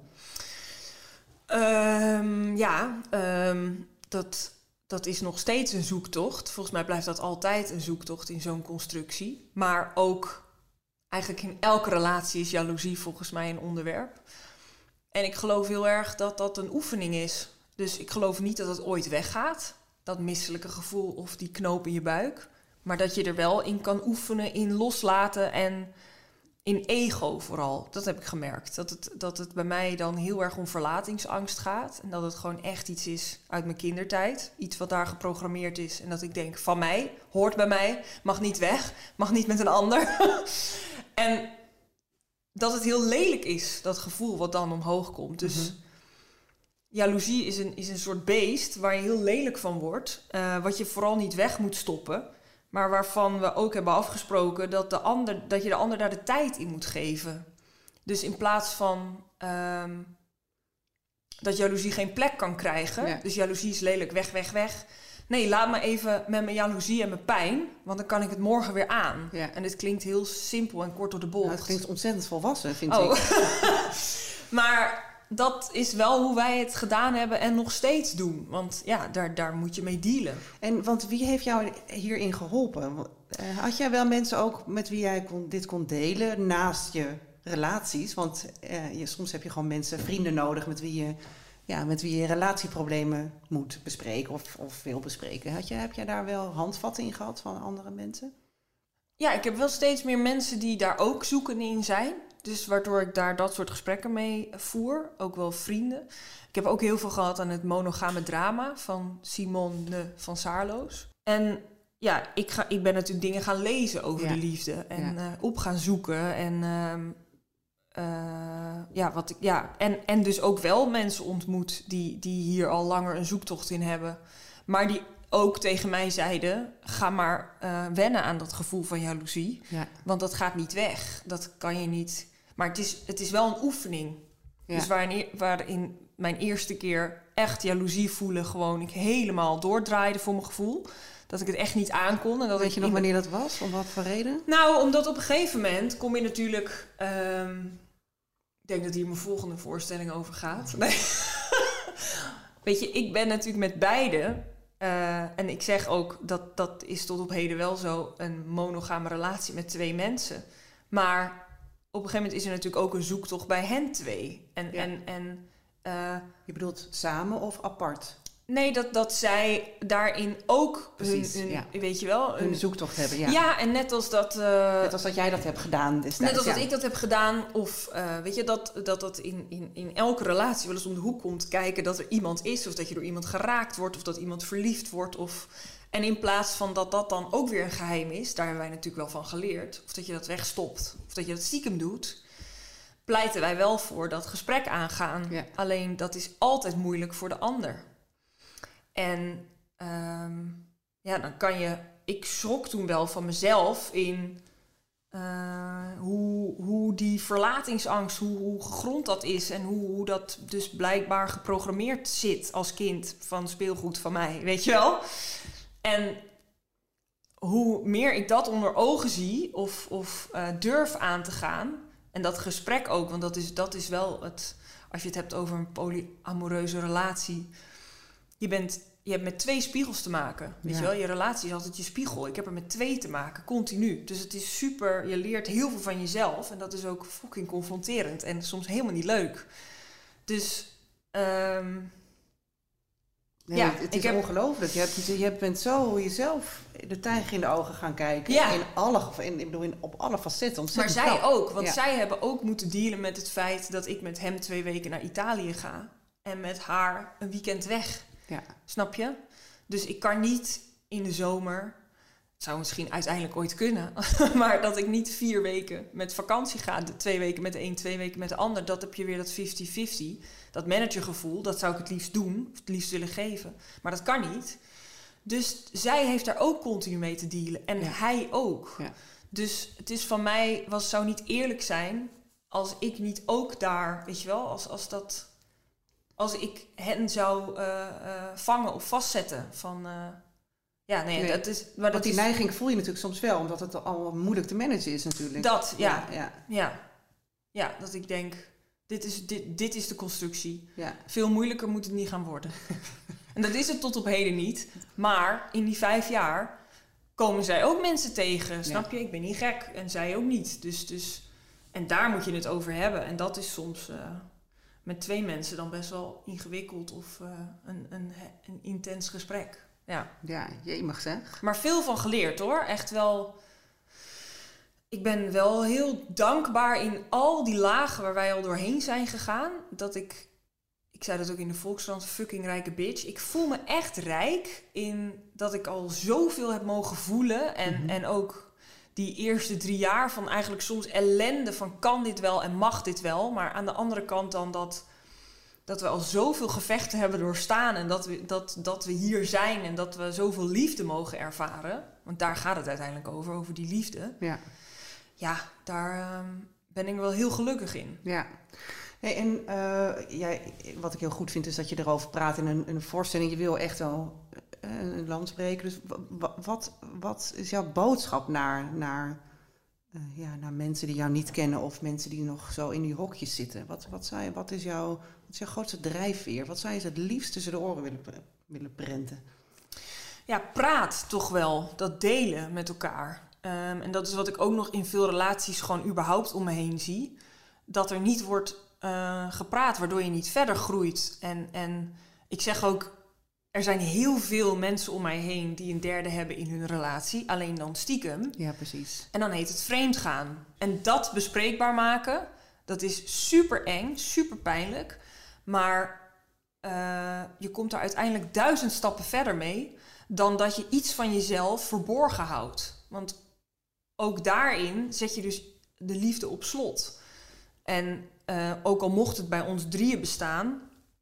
Um, ja, um, dat, dat is nog steeds een zoektocht. Volgens mij blijft dat altijd een zoektocht in zo'n constructie. Maar ook eigenlijk in elke relatie is jaloezie volgens mij een onderwerp. En ik geloof heel erg dat dat een oefening is. Dus ik geloof niet dat het ooit weggaat. Dat misselijke gevoel of die knoop in je buik. Maar dat je er wel in kan oefenen, in loslaten en in ego vooral. Dat heb ik gemerkt. Dat het, dat het bij mij dan heel erg om verlatingsangst gaat. En dat het gewoon echt iets is uit mijn kindertijd. Iets wat daar geprogrammeerd is. En dat ik denk, van mij, hoort bij mij, mag niet weg, mag niet met een ander. En dat het heel lelijk is, dat gevoel wat dan omhoog komt. Dus mm-hmm. jaloezie is een, is een soort beest waar je heel lelijk van wordt. Uh, wat je vooral niet weg moet stoppen. Maar waarvan we ook hebben afgesproken dat, de ander, dat je de ander daar de tijd in moet geven. Dus in plaats van um, dat jaloezie geen plek kan krijgen. Ja. Dus jaloezie is lelijk, weg, weg, weg. Nee, laat me even met mijn jaloezie en mijn pijn. Want dan kan ik het morgen weer aan. Ja. En dit klinkt heel simpel en kort door de bocht. Nou, het klinkt ontzettend volwassen, vind oh. ik. Maar dat is wel hoe wij het gedaan hebben en nog steeds doen. Want ja, daar, daar moet je mee dealen. En want wie heeft jou hierin geholpen? Uh, had jij wel mensen ook met wie jij kon, dit kon delen naast je relaties? Want uh, je, soms heb je gewoon mensen, vrienden nodig met wie je, ja, met wie je relatieproblemen moet bespreken of, of wil bespreken. Had je, heb jij daar wel handvatten in gehad van andere mensen? Ja, ik heb wel steeds meer mensen die daar ook zoekende in zijn. Dus waardoor ik daar dat soort gesprekken mee voer. Ook wel vrienden. Ik heb ook heel veel gehad aan het monogame drama van Simone van Saarloos. En ja, ik, ga, ik ben natuurlijk dingen gaan lezen over ja. de liefde. En ja. uh, op gaan zoeken. En, uh, uh, ja, wat ik, ja. En, en dus ook wel mensen ontmoet die, die hier al langer een zoektocht in hebben. Maar die ook tegen mij zeiden, ga maar uh, wennen aan dat gevoel van jaloezie. Ja. Want dat gaat niet weg. Dat kan je niet. Maar het is, het is wel een oefening. Ja. Dus waarin, waarin mijn eerste keer echt jaloezie voelen, gewoon ik helemaal doordraaide voor mijn gevoel. Dat ik het echt niet aankon. En dat Weet je nog wanneer dat was? Om wat voor reden? Nou, omdat op een gegeven moment kom je natuurlijk. Um, ik denk dat hier mijn volgende voorstelling over gaat. Nee. Weet je, ik ben natuurlijk met beide. Uh, en ik zeg ook dat dat is tot op heden wel zo een monogame relatie met twee mensen. Maar op een gegeven moment is er natuurlijk ook een zoektocht bij hen twee. En, ja. en, en, uh, je bedoelt samen of apart? Nee, dat, dat zij daarin ook Precies, hun, hun ja. weet je wel, hun, hun zoektocht hebben. Ja, ja en net als dat. Uh, net als dat jij dat hebt gedaan destijds. Net als ja. dat ik dat heb gedaan. Of uh, weet je, dat dat, dat in, in, in elke relatie wel eens om de hoek komt kijken dat er iemand is. Of dat je door iemand geraakt wordt. Of dat iemand verliefd wordt. Of, en in plaats van dat dat dan ook weer een geheim is. Daar hebben wij natuurlijk wel van geleerd. Of dat je dat wegstopt. Of dat je dat stiekem doet. Pleiten wij wel voor dat gesprek aangaan. Ja. Alleen dat is altijd moeilijk voor de ander. En um, ja, dan kan je. Ik schrok toen wel van mezelf in uh, hoe, hoe die verlatingsangst, hoe, hoe gegrond dat is. En hoe, hoe dat dus blijkbaar geprogrammeerd zit als kind van speelgoed van mij, weet je wel? En hoe meer ik dat onder ogen zie of, of uh, durf aan te gaan. En dat gesprek ook, want dat is, dat is wel het. Als je het hebt over een polyamoreuze relatie. Je, bent, je hebt met twee spiegels te maken. Weet ja. je wel? Je relatie is altijd je spiegel. Ik heb er met twee te maken, continu. Dus het is super, je leert heel veel van jezelf. En dat is ook fucking confronterend. En soms helemaal niet leuk. Dus, um, nee, ja. Het, het is heb... ongelooflijk. Je, hebt, je bent zo jezelf de tijger in de ogen gaan kijken. Ja. In alle, in, ik bedoel, in, op alle facetten. Maar zij knap. ook. Want ja. zij hebben ook moeten dealen met het feit dat ik met hem twee weken naar Italië ga. En met haar een weekend weg. Ja. Snap je? Dus ik kan niet in de zomer Het zou misschien uiteindelijk ooit kunnen. Maar dat ik niet vier weken met vakantie ga. De twee weken met de een, twee weken met de ander. Dat heb je weer dat vijftig vijftig. Dat managergevoel, dat zou ik het liefst doen. Of het liefst willen geven. Maar dat kan niet. Dus zij heeft daar ook continu mee te dealen. En ja. hij ook. Ja. Dus het is van mij, was, zou niet eerlijk zijn als ik niet ook daar, weet je wel, als, als dat, als ik hen zou uh, uh, vangen of vastzetten van, uh, ja, nee, nee, dat is, maar want dat die is, neiging voel je natuurlijk soms wel, omdat het al moeilijk te managen is natuurlijk. Dat, ja, ja, ja, ja, ja dat ik denk, dit is, dit, dit is de constructie. Ja. Veel moeilijker moet het niet gaan worden. En dat is het tot op heden niet, maar in die vijf jaar komen zij ook mensen tegen, snap je? Ik ben niet gek en zij ook niet. Dus, dus, en daar moet je het over hebben. En dat is soms uh, met twee mensen dan best wel ingewikkeld of uh, een, een, een intens gesprek. Ja, ja, jemig zeg. Maar veel van geleerd hoor. Echt wel. Ik ben wel heel dankbaar in al die lagen waar wij al doorheen zijn gegaan. Dat ik... Ik zei dat ook in de Volkskrant, fucking rijke bitch. Ik voel me echt rijk in dat ik al zoveel heb mogen voelen. En, mm-hmm. en ook die eerste drie jaar van eigenlijk soms ellende van kan dit wel en mag dit wel. Maar aan de andere kant dan dat, dat we al zoveel gevechten hebben doorstaan. En dat we, dat, dat we hier zijn en dat we zoveel liefde mogen ervaren. Want daar gaat het uiteindelijk over, over die liefde. Ja, ja daar um, ben ik wel heel gelukkig in. Ja. Hey, en uh, jij, wat ik heel goed vind is dat je erover praat in een, een voorstelling. Je wil echt wel uh, een land spreken. Dus w- wat, wat is jouw boodschap naar, naar, uh, ja, naar mensen die jou niet kennen of mensen die nog zo in die hokjes zitten? Wat, wat, zou je, wat, is, jouw, wat is jouw grootste drijfveer? Wat zou je het liefst tussen de oren willen, willen prenten? Ja, praat toch wel. Dat delen met elkaar. Um, en dat is wat ik ook nog in veel relaties gewoon überhaupt om me heen zie. Dat er niet wordt Uh, gepraat, waardoor je niet verder groeit. En, en ik zeg ook, er zijn heel veel mensen om mij heen die een derde hebben in hun relatie, alleen dan stiekem. Ja, precies. En dan heet het vreemd gaan. En dat bespreekbaar maken, dat is super eng, super pijnlijk. Maar uh, je komt er uiteindelijk duizend stappen verder mee dan dat je iets van jezelf verborgen houdt. Want ook daarin zet je dus de liefde op slot. En uh, ook al mocht het bij ons drieën bestaan,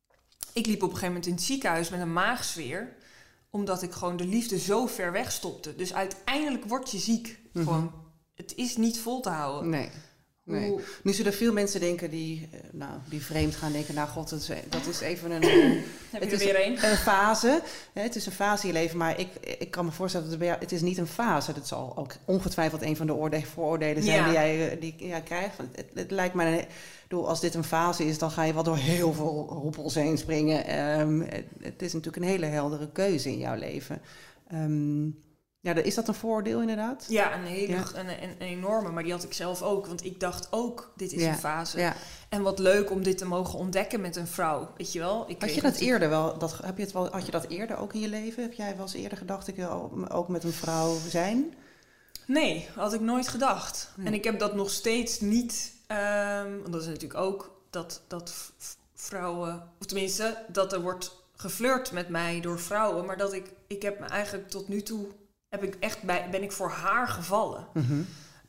ik liep op een gegeven moment in het ziekenhuis met een maagsfeer, omdat ik gewoon de liefde zo ver weg stopte. Dus uiteindelijk word je ziek. Mm-hmm. Gewoon, het is niet vol te houden. Nee. Nee. Hoe... Nu zullen veel mensen denken die, uh, nou, die vreemd gaan denken, nou god, dat is, dat is even een, uh, Heb het je er is weer een? een fase. Hè, het is een fase in je leven, maar ik, ik kan me voorstellen dat het, bij jou, het is niet een fase. Dat zal ook ongetwijfeld een van de oorde- vooroordelen zijn ja. die jij die, ja, krijgt. Het, het lijkt me, een, bedoel, als dit een fase is, dan ga je wel door heel veel hoepels heen springen. Um, het, het is natuurlijk een hele heldere keuze in jouw leven. Um, Ja, is dat een vooroordeel inderdaad? Ja, een hele ja. Een, een, een enorme. Maar die had ik zelf ook. Want ik dacht ook, dit is ja. een fase. Ja. En wat leuk om dit te mogen ontdekken met een vrouw. Weet je wel? Ik had je dat eerder wel? Dat, heb je het wel? Had je dat eerder ook in je leven? Heb jij wel eens eerder gedacht, ik wil ook met een vrouw zijn? Nee, had ik nooit gedacht. Nee. En ik heb dat nog steeds niet. Um, want dat is natuurlijk ook dat, dat vrouwen... Of tenminste, dat er wordt geflirt met mij door vrouwen. Maar dat ik... Ik heb me eigenlijk tot nu toe... Heb ik echt bij, ben ik voor haar gevallen. Mm-hmm.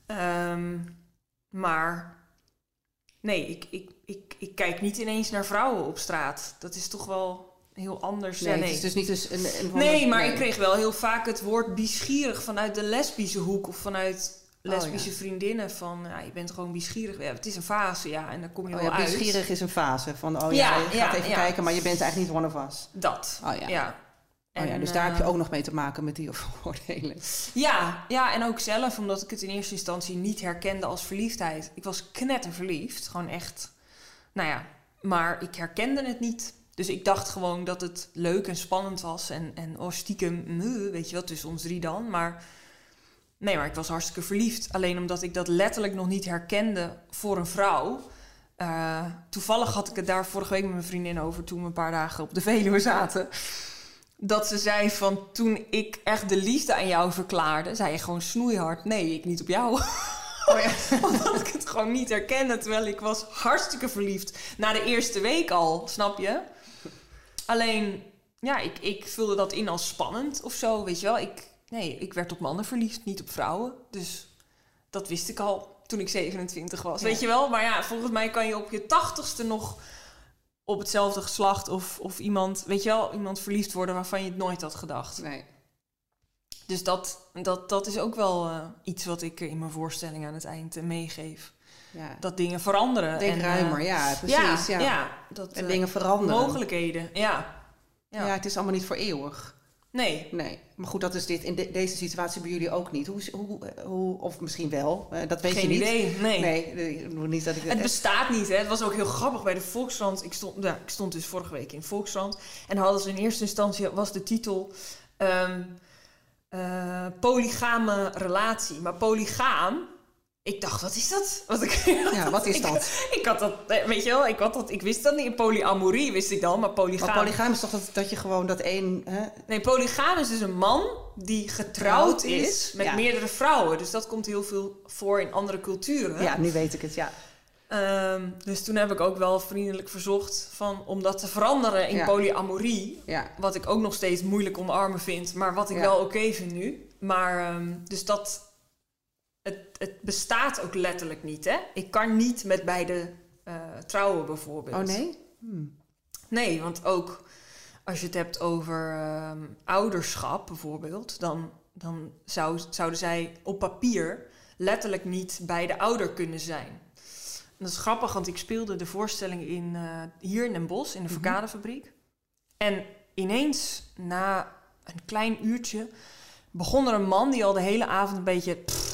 Um, maar nee, ik, ik, ik, ik kijk niet ineens naar vrouwen op straat. Dat is toch wel heel anders. Nee, ja, nee. Het is dus niet dus een, een nee, maar nee. Ik kreeg wel heel vaak het woord biesgierig vanuit de lesbische hoek of vanuit lesbische oh, ja. vriendinnen. Van ja, je bent gewoon biesgierig. Ja, het is een fase, ja, en daar kom je oh, wel ja, uit. Biesgierig is een fase van oh ja, ja je gaat ja, even ja. kijken, maar je bent eigenlijk niet one of us. Dat, oh, ja. ja. En, oh ja, dus daar uh, heb je ook nog mee te maken met die vooroordelen. Ja, ja, en ook zelf, omdat ik het in eerste instantie niet herkende als verliefdheid. Ik was knetterverliefd, gewoon echt. Nou ja, maar ik herkende het niet. Dus ik dacht gewoon dat het leuk en spannend was. En, en oh, stiekem, weet je wel, tussen ons drie dan. Maar nee, maar ik was hartstikke verliefd. Alleen omdat ik dat letterlijk nog niet herkende voor een vrouw. Uh, toevallig had ik het daar vorige week met mijn vriendin over toen we een paar dagen op de Veluwe zaten. Dat ze zei van toen ik echt de liefde aan jou verklaarde, zei je gewoon snoeihard, nee, ik niet op jou. Oh ja. Omdat ik het gewoon niet herkende, terwijl ik was hartstikke verliefd. Na de eerste week al, snap je? Alleen, ja, ik, ik vulde dat in als spannend of zo, weet je wel. Ik, nee, ik werd op mannen verliefd, niet op vrouwen. Dus dat wist ik al toen ik zevenentwintig was. Ja. Weet je wel? Maar ja, volgens mij kan je op je tachtigste nog op hetzelfde geslacht of, of iemand, weet je wel, iemand verliefd worden waarvan je het nooit had gedacht. Nee. Dus dat, dat, dat is ook wel uh, iets wat ik in mijn voorstelling aan het eind uh, meegeef. Ja. Dat dingen veranderen. Denk en, ruimer, uh, ja, precies. Ja, ja, ja dat, en uh, dingen veranderen. Mogelijkheden, ja. ja. Ja, het is allemaal niet voor eeuwig. Nee. Nee. Maar goed, dat is dit in de, deze situatie bij jullie ook niet. Hoe, hoe, hoe, of misschien wel, uh, dat weet Geen je niet. Geen idee, nee. Nee, niet dat ik het bestaat niet, hè. Het was ook heel grappig bij de Volkskrant. Ik stond, ja, ik stond dus vorige week in Volkskrant. En hadden ze in eerste instantie, was de titel... Um, uh, polygame relatie. Maar polygaam... Ik dacht, wat is dat? Wat, ik, ja, wat is ik, dat? Ik, ik had dat, weet je wel, ik, had dat, ik wist dat niet. Polyamorie wist ik dan, maar polygaam... Maar polygaam is toch dat, dat je gewoon dat één... Hè? Nee, polygaam is dus een man die getrouwd is, is met ja. meerdere vrouwen. Dus dat komt heel veel voor in andere culturen. Ja, nu weet ik het, ja. Um, dus toen heb ik ook wel vriendelijk verzocht van, om dat te veranderen in ja. polyamorie. Ja. Wat ik ook nog steeds moeilijk omarmen vind, maar wat ik ja. wel oké okay vind nu. Maar, um, dus dat... Het, het bestaat ook letterlijk niet, hè? Ik kan niet met beide uh, trouwen, bijvoorbeeld. Oh, nee? Hmm. Nee, want ook als je het hebt over uh, ouderschap, bijvoorbeeld... dan, dan zou, zouden zij op papier letterlijk niet beide ouder kunnen zijn. En dat is grappig, want ik speelde de voorstelling in, uh, hier in Den Bosch, in de mm-hmm. Verkadefabriek. En ineens, na een klein uurtje... begon er een man die al de hele avond een beetje... Pff,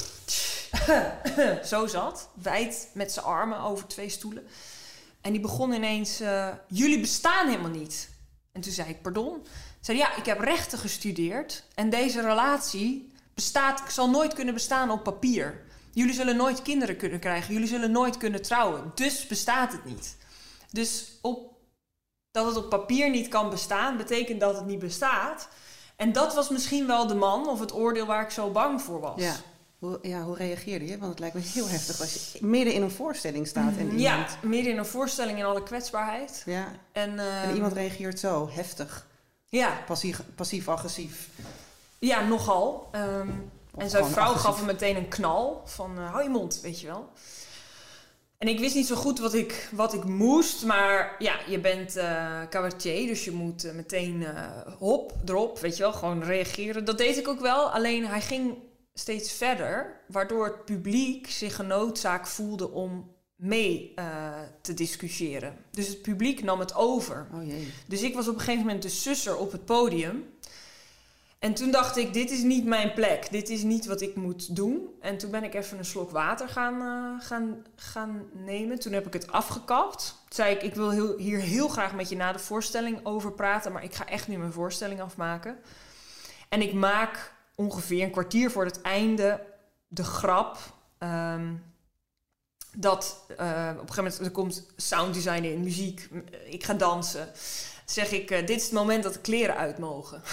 zo zat, wijd met zijn armen over twee stoelen. En die begon ineens... Uh, jullie bestaan helemaal niet. En toen zei ik, pardon? Zei ja, ik heb rechten gestudeerd... en deze relatie bestaat, zal nooit kunnen bestaan op papier. Jullie zullen nooit kinderen kunnen krijgen. Jullie zullen nooit kunnen trouwen. Dus bestaat het niet. Dus op, dat het op papier niet kan bestaan... betekent dat het niet bestaat. En dat was misschien wel de man of het oordeel waar ik zo bang voor was. Ja. Hoe, ja, hoe reageerde je? Want het lijkt me heel heftig als je midden in een voorstelling staat. En iemand... Ja, midden in een voorstelling in alle kwetsbaarheid. Ja. En, uh, en iemand reageert zo heftig. Ja. Passief, passief-agressief. Ja, nogal. Um, en zijn vrouw agressief. Gaf hem meteen een knal van uh, hou je mond, weet je wel. En ik wist niet zo goed wat ik, wat ik moest. Maar ja, je bent uh, cabaretier, dus je moet uh, meteen uh, hop, erop, weet je wel. Gewoon reageren. Dat deed ik ook wel. Alleen hij ging... steeds verder, waardoor het publiek zich genoodzaakt voelde om mee uh, te discussiëren. Dus het publiek nam het over. Oh jee. Dus ik was op een gegeven moment de susser op het podium. En toen dacht ik, dit is niet mijn plek. Dit is niet wat ik moet doen. En toen ben ik even een slok water gaan, uh, gaan, gaan nemen. Toen heb ik het afgekapt. Toen zei ik, ik wil heel, hier heel graag met je na de voorstelling over praten, maar ik ga echt nu mijn voorstelling afmaken. En ik maak... ongeveer een kwartier voor het einde de grap um, dat uh, op een gegeven moment er komt sounddesign in, muziek, ik ga dansen. Zeg ik, uh, dit is het moment dat de kleren uit mogen.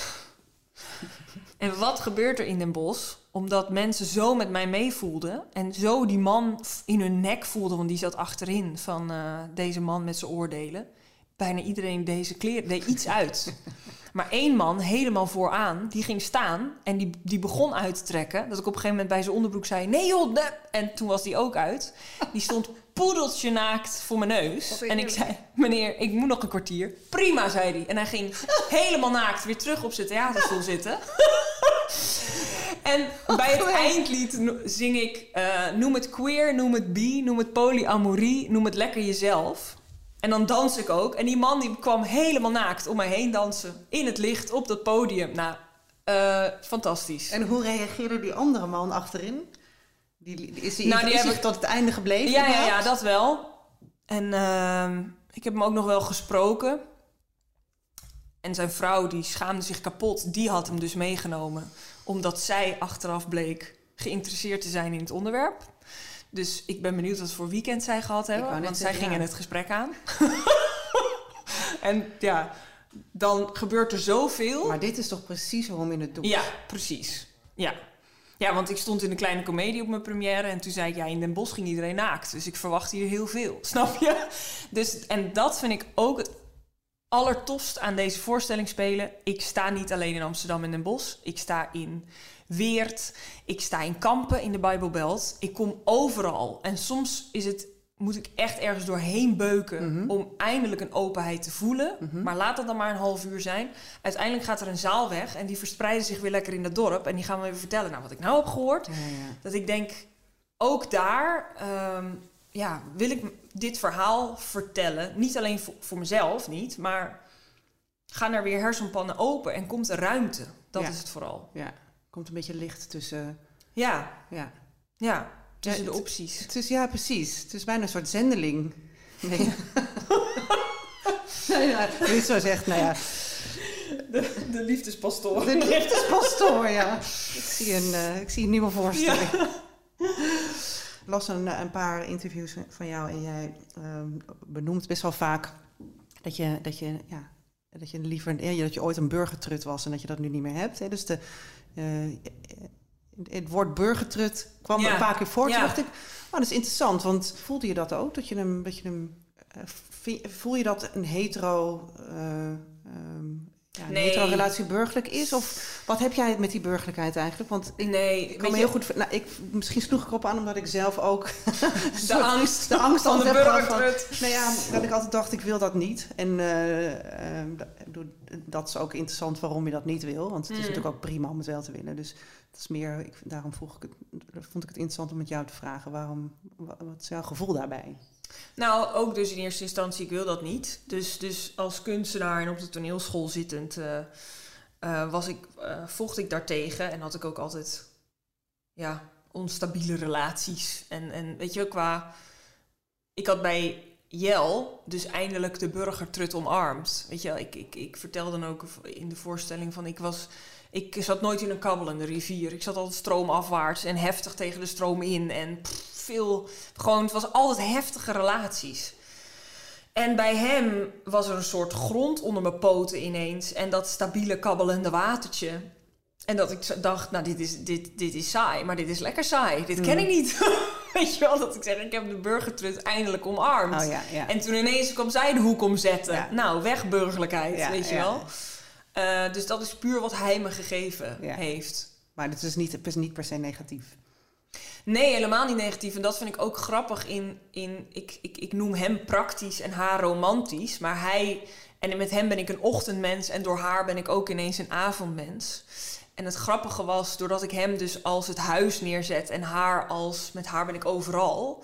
En wat gebeurt er in Den Bosch? Omdat mensen zo met mij meevoelden en zo die man in hun nek voelden, want die zat achterin van uh, deze man met zijn oordelen. Bijna iedereen deze kleren deed iets uit. Maar één man, helemaal vooraan, die ging staan en die, die begon uit te trekken. Dat ik op een gegeven moment bij zijn onderbroek zei, nee joh, nee. En toen was die ook uit. Die stond poedeltje naakt voor mijn neus. En ik zei, meneer, ik moet nog een kwartier. Prima, zei hij. En hij ging helemaal naakt weer terug op zijn theaterstoel zitten. En bij het eindlied zing ik, uh, noem het queer, noem het bi, noem het polyamorie, noem het lekker jezelf. En dan dans ik ook. En die man die kwam helemaal naakt om mij heen dansen. In het licht, op dat podium. Nou, uh, fantastisch. En hoe reageerde die andere man achterin? Die, is hij nou, is ik... tot het einde gebleven? Ja, ja, ja, dat wel. En uh, ik heb hem ook nog wel gesproken. En zijn vrouw, die schaamde zich kapot. Die had hem dus meegenomen. Omdat zij achteraf bleek geïnteresseerd te zijn in het onderwerp. Dus ik ben benieuwd wat voor weekend zij gehad hebben. Want zij gingen ja. het gesprek aan. En ja, dan gebeurt er zoveel. Maar dit is toch precies waarom je het doet? Ja, precies. Ja. Ja, want ik stond in een kleine komedie op mijn première. En toen zei ik, ja, in Den Bosch ging iedereen naakt. Dus ik verwacht hier heel veel. Snap je? Dus, en dat vind ik ook het allertofst aan deze voorstelling spelen. Ik sta niet alleen in Amsterdam en Den Bosch. Ik sta in Weert. Ik sta in Kampen in de Bijbelbelt. Ik kom overal. En soms is het, moet ik echt ergens doorheen beuken... Mm-hmm. om eindelijk een openheid te voelen. Mm-hmm. Maar laat dat dan maar een half uur zijn. Uiteindelijk gaat er een zaal weg... en die verspreiden zich weer lekker in het dorp. En die gaan we even vertellen. Nou, wat ik nou heb gehoord... Ja, ja. dat ik denk, ook daar... Um, ja, wil ik dit verhaal vertellen. Niet alleen voor, voor mezelf niet... maar gaan er weer hersenpannen open... en komt er ruimte. Dat Ja. is het vooral. Ja, komt een beetje licht tussen... Ja, Ja. ja tussen Ja, de het- opties. Het is, ja, precies. Het is bijna een soort zendeling. Nee. nou ja, hoe je het zo zegt, nou ja. De, de liefdespastoor. De liefdespastoor, ja. Ik zie een, uh, ik zie een nieuwe voorstelling. Ja. Ik las een, een paar interviews van jou en jij um, benoemt best wel vaak dat je, dat je, ja, dat je liever, ja, dat je ooit een burgertrut was en dat je dat nu niet meer hebt. Hè? Dus de, uh, het woord burgertrut kwam Ja. een paar keer voor. Toen Ja. dacht ik, oh, dat is interessant, want voelde je dat ook? Dat je hem, dat je hem uh, voel je dat een hetero... Uh, um, Ja, een Nee. hetero-relatie burgerlijk is? Of wat heb jij met die burgerlijkheid eigenlijk? Want ik Nee, kan me heel goed... Nou, ik, misschien sloeg ik erop aan omdat ik zelf ook... de angst, de angst van de altijd heb gehad burgertrut. Nou ja, dat ik altijd dacht, ik wil dat niet. En uh, uh, dat is ook interessant waarom je dat niet wil. Want het is Mm. natuurlijk ook prima om het wel te willen. Dus het is meer... Ik, daarom vroeg ik het, vond ik het interessant om met jou te vragen. Waarom, wat is jouw gevoel daarbij? Nou, ook dus in eerste instantie, ik wil dat niet. Dus, dus als kunstenaar en op de toneelschool zittend... Uh, uh, was ik, uh, vocht ik daartegen. En had ik ook altijd ja, onstabiele relaties. En, en weet je, qua... Ik had bij Jel dus eindelijk de burgertrut omarmd. Weet je, ik, ik, ik vertelde dan ook in de voorstelling van... Ik was... Ik zat nooit in een kabbelende rivier. Ik zat altijd stroomafwaarts en heftig tegen de stroom in. En pff, veel... Gewoon, het was altijd heftige relaties. En bij hem was er een soort grond onder mijn poten ineens. En dat stabiele kabbelende watertje. En dat ik dacht, nou, dit is, dit, dit is saai. Maar dit is lekker saai. Dit ken Mm. ik niet. Weet je wel, dat ik zeg, ik heb de burgertrut eindelijk omarmd. Oh ja, ja. En toen ineens kwam zij de hoek omzetten. Ja. Nou, weg burgerlijkheid, Ja, weet je ja. wel. Uh, dus dat is puur wat hij me gegeven Ja. heeft. Maar het is niet, het is niet per se negatief. Nee, helemaal niet negatief. En dat vind ik ook grappig in... in ik, ik, ik noem hem praktisch en haar romantisch. Maar hij... En met hem ben ik een ochtendmens. En door haar ben ik ook ineens een avondmens. En het grappige was, doordat ik hem dus als het huis neerzet... en haar als... Met haar ben ik overal...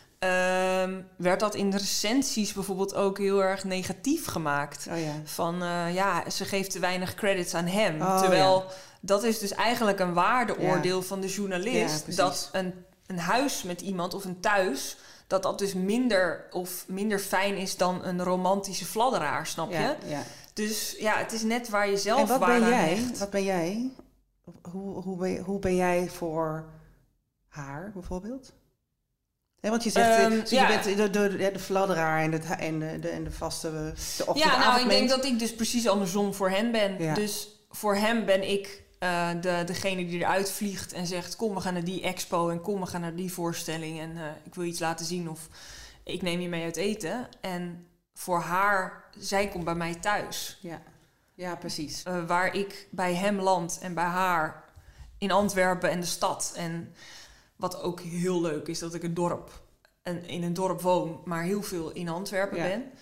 Um, werd dat in de recensies bijvoorbeeld ook heel erg negatief gemaakt. Oh ja. Van, uh, ja, ze geeft te weinig credits aan hem. Oh, Terwijl... Ja. Dat is dus eigenlijk een waardeoordeel Ja. van de journalist. Ja, dat een, een huis met iemand of een thuis... dat dat dus minder of minder fijn is dan een romantische fladderaar, snap je? Ja, ja. Dus ja, het is net waar je zelf En wat waarde ben aan jij? hecht. Wat ben jij? Hoe, hoe, ben, hoe ben jij voor haar bijvoorbeeld? He, want je zegt, Um, dus ja. je bent de, de, de fladderaar en de, en de, de, en de vaste de ochtend. Ja, nou, ik denk dat ik dus precies andersom voor hen ben. Ja. Dus voor hem ben ik uh, de, degene die eruit vliegt en zegt... kom, we gaan naar die expo en kom, we gaan naar die voorstelling... en uh, ik wil iets laten zien of ik neem je mee uit eten. En voor haar, zij komt bij mij thuis. Ja, ja precies. Uh, waar ik bij hem land en bij haar in Antwerpen en de stad. En wat ook heel leuk is, dat ik een dorp, en in een dorp woon... maar heel veel in Antwerpen Ja. ben.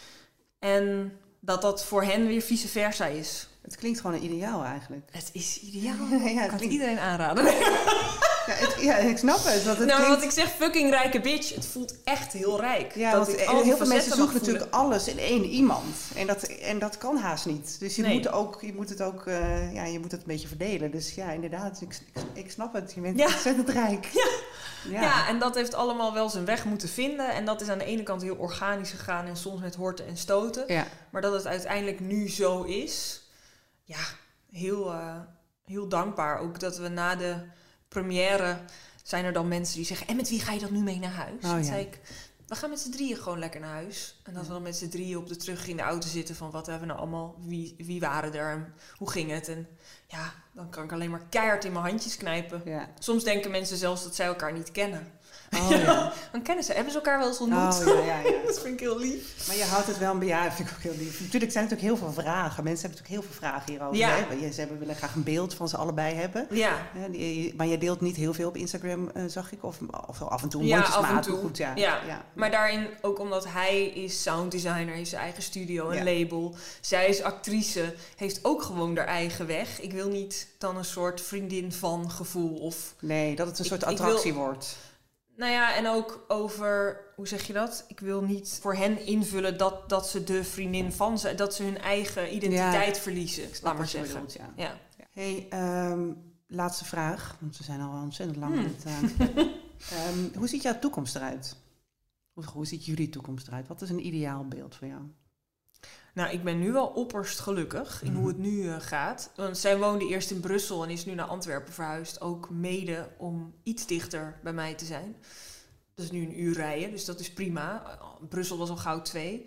En dat dat voor hen weer vice versa is. Het klinkt gewoon een ideaal eigenlijk. Het is ideaal. Ja, Ik het kan het klinkt- iedereen aanraden. Ja, het, ja, ik snap het. Want het nou, klinkt... wat ik zeg, fucking rijke bitch. Het voelt echt heel rijk. Ja, dat want ik al die heel veel mensen facetten mag zoeken natuurlijk alles in één iemand. En dat, en dat kan haast niet. Dus je, Nee. moet, ook, je moet het ook uh, ja, je moet het een beetje verdelen. Dus ja, inderdaad, ik, ik, ik snap het. Je bent Ja. ontzettend rijk. Ja. Ja. Ja, en dat heeft allemaal wel zijn weg moeten vinden. En dat is aan de ene kant heel organisch gegaan en soms met horten en stoten. Ja. Maar dat het uiteindelijk nu zo is, ja, heel, uh, heel dankbaar. Ook dat we na de première zijn er dan mensen die zeggen... en met wie ga je dan nu mee naar huis? Oh, Dan ja. zei ik, we gaan met z'n drieën gewoon lekker naar huis. En dat Ja. we dan met z'n drieën op de terug in de auto zitten... van wat hebben we nou allemaal, wie, wie waren er en hoe ging het? En ja, dan kan ik alleen maar keihard in mijn handjes knijpen. Ja. Soms denken mensen zelfs dat zij elkaar niet kennen. Oh, ja. Dan kennen ze, hebben ze elkaar wel eens ontmoet. Oh, ja, ja, ja. Dat vind ik heel lief. Maar je houdt het wel een beetje... Ja, dat vind ik ook heel lief. Natuurlijk zijn er natuurlijk heel veel vragen. Mensen hebben natuurlijk heel veel vragen hierover. Ja. Hè? Ze hebben, willen graag een beeld van ze allebei hebben. Ja. Ja, die- maar jij deelt niet heel veel op Instagram, uh, zag ik? Of, of zo af en toe Ja, mondjesmaat. af en toe. Goed, ja. Ja. Ja. Maar daarin ook omdat hij is sounddesigner, heeft zijn eigen studio, een Ja. label. Zij is actrice, heeft ook gewoon haar eigen weg. Ik wil niet dan een soort vriendin van gevoel of... Nee, dat het een Ik- soort ik attractie wil- wordt. Nou ja, en ook over, hoe zeg je dat? Ik wil niet voor hen invullen dat, dat ze de vriendin van zijn, dat ze hun eigen identiteit verliezen, Snap laat maar wat je zeggen. bedoelt, ja. Ja. Hey, ehm, laatste vraag. Want we zijn al ontzettend lang Hmm. aan het... Uh, um, hoe ziet jouw toekomst eruit? Hoe, hoe ziet jullie toekomst eruit? Wat is een ideaal beeld voor jou? Nou, ik ben nu wel opperst gelukkig in hoe het nu uh, gaat. Want zij woonde eerst in Brussel en is nu naar Antwerpen verhuisd. Ook mede om iets dichter bij mij te zijn. Dat is nu een uur rijden, dus dat is prima. Uh, Brussel was al gauw twee.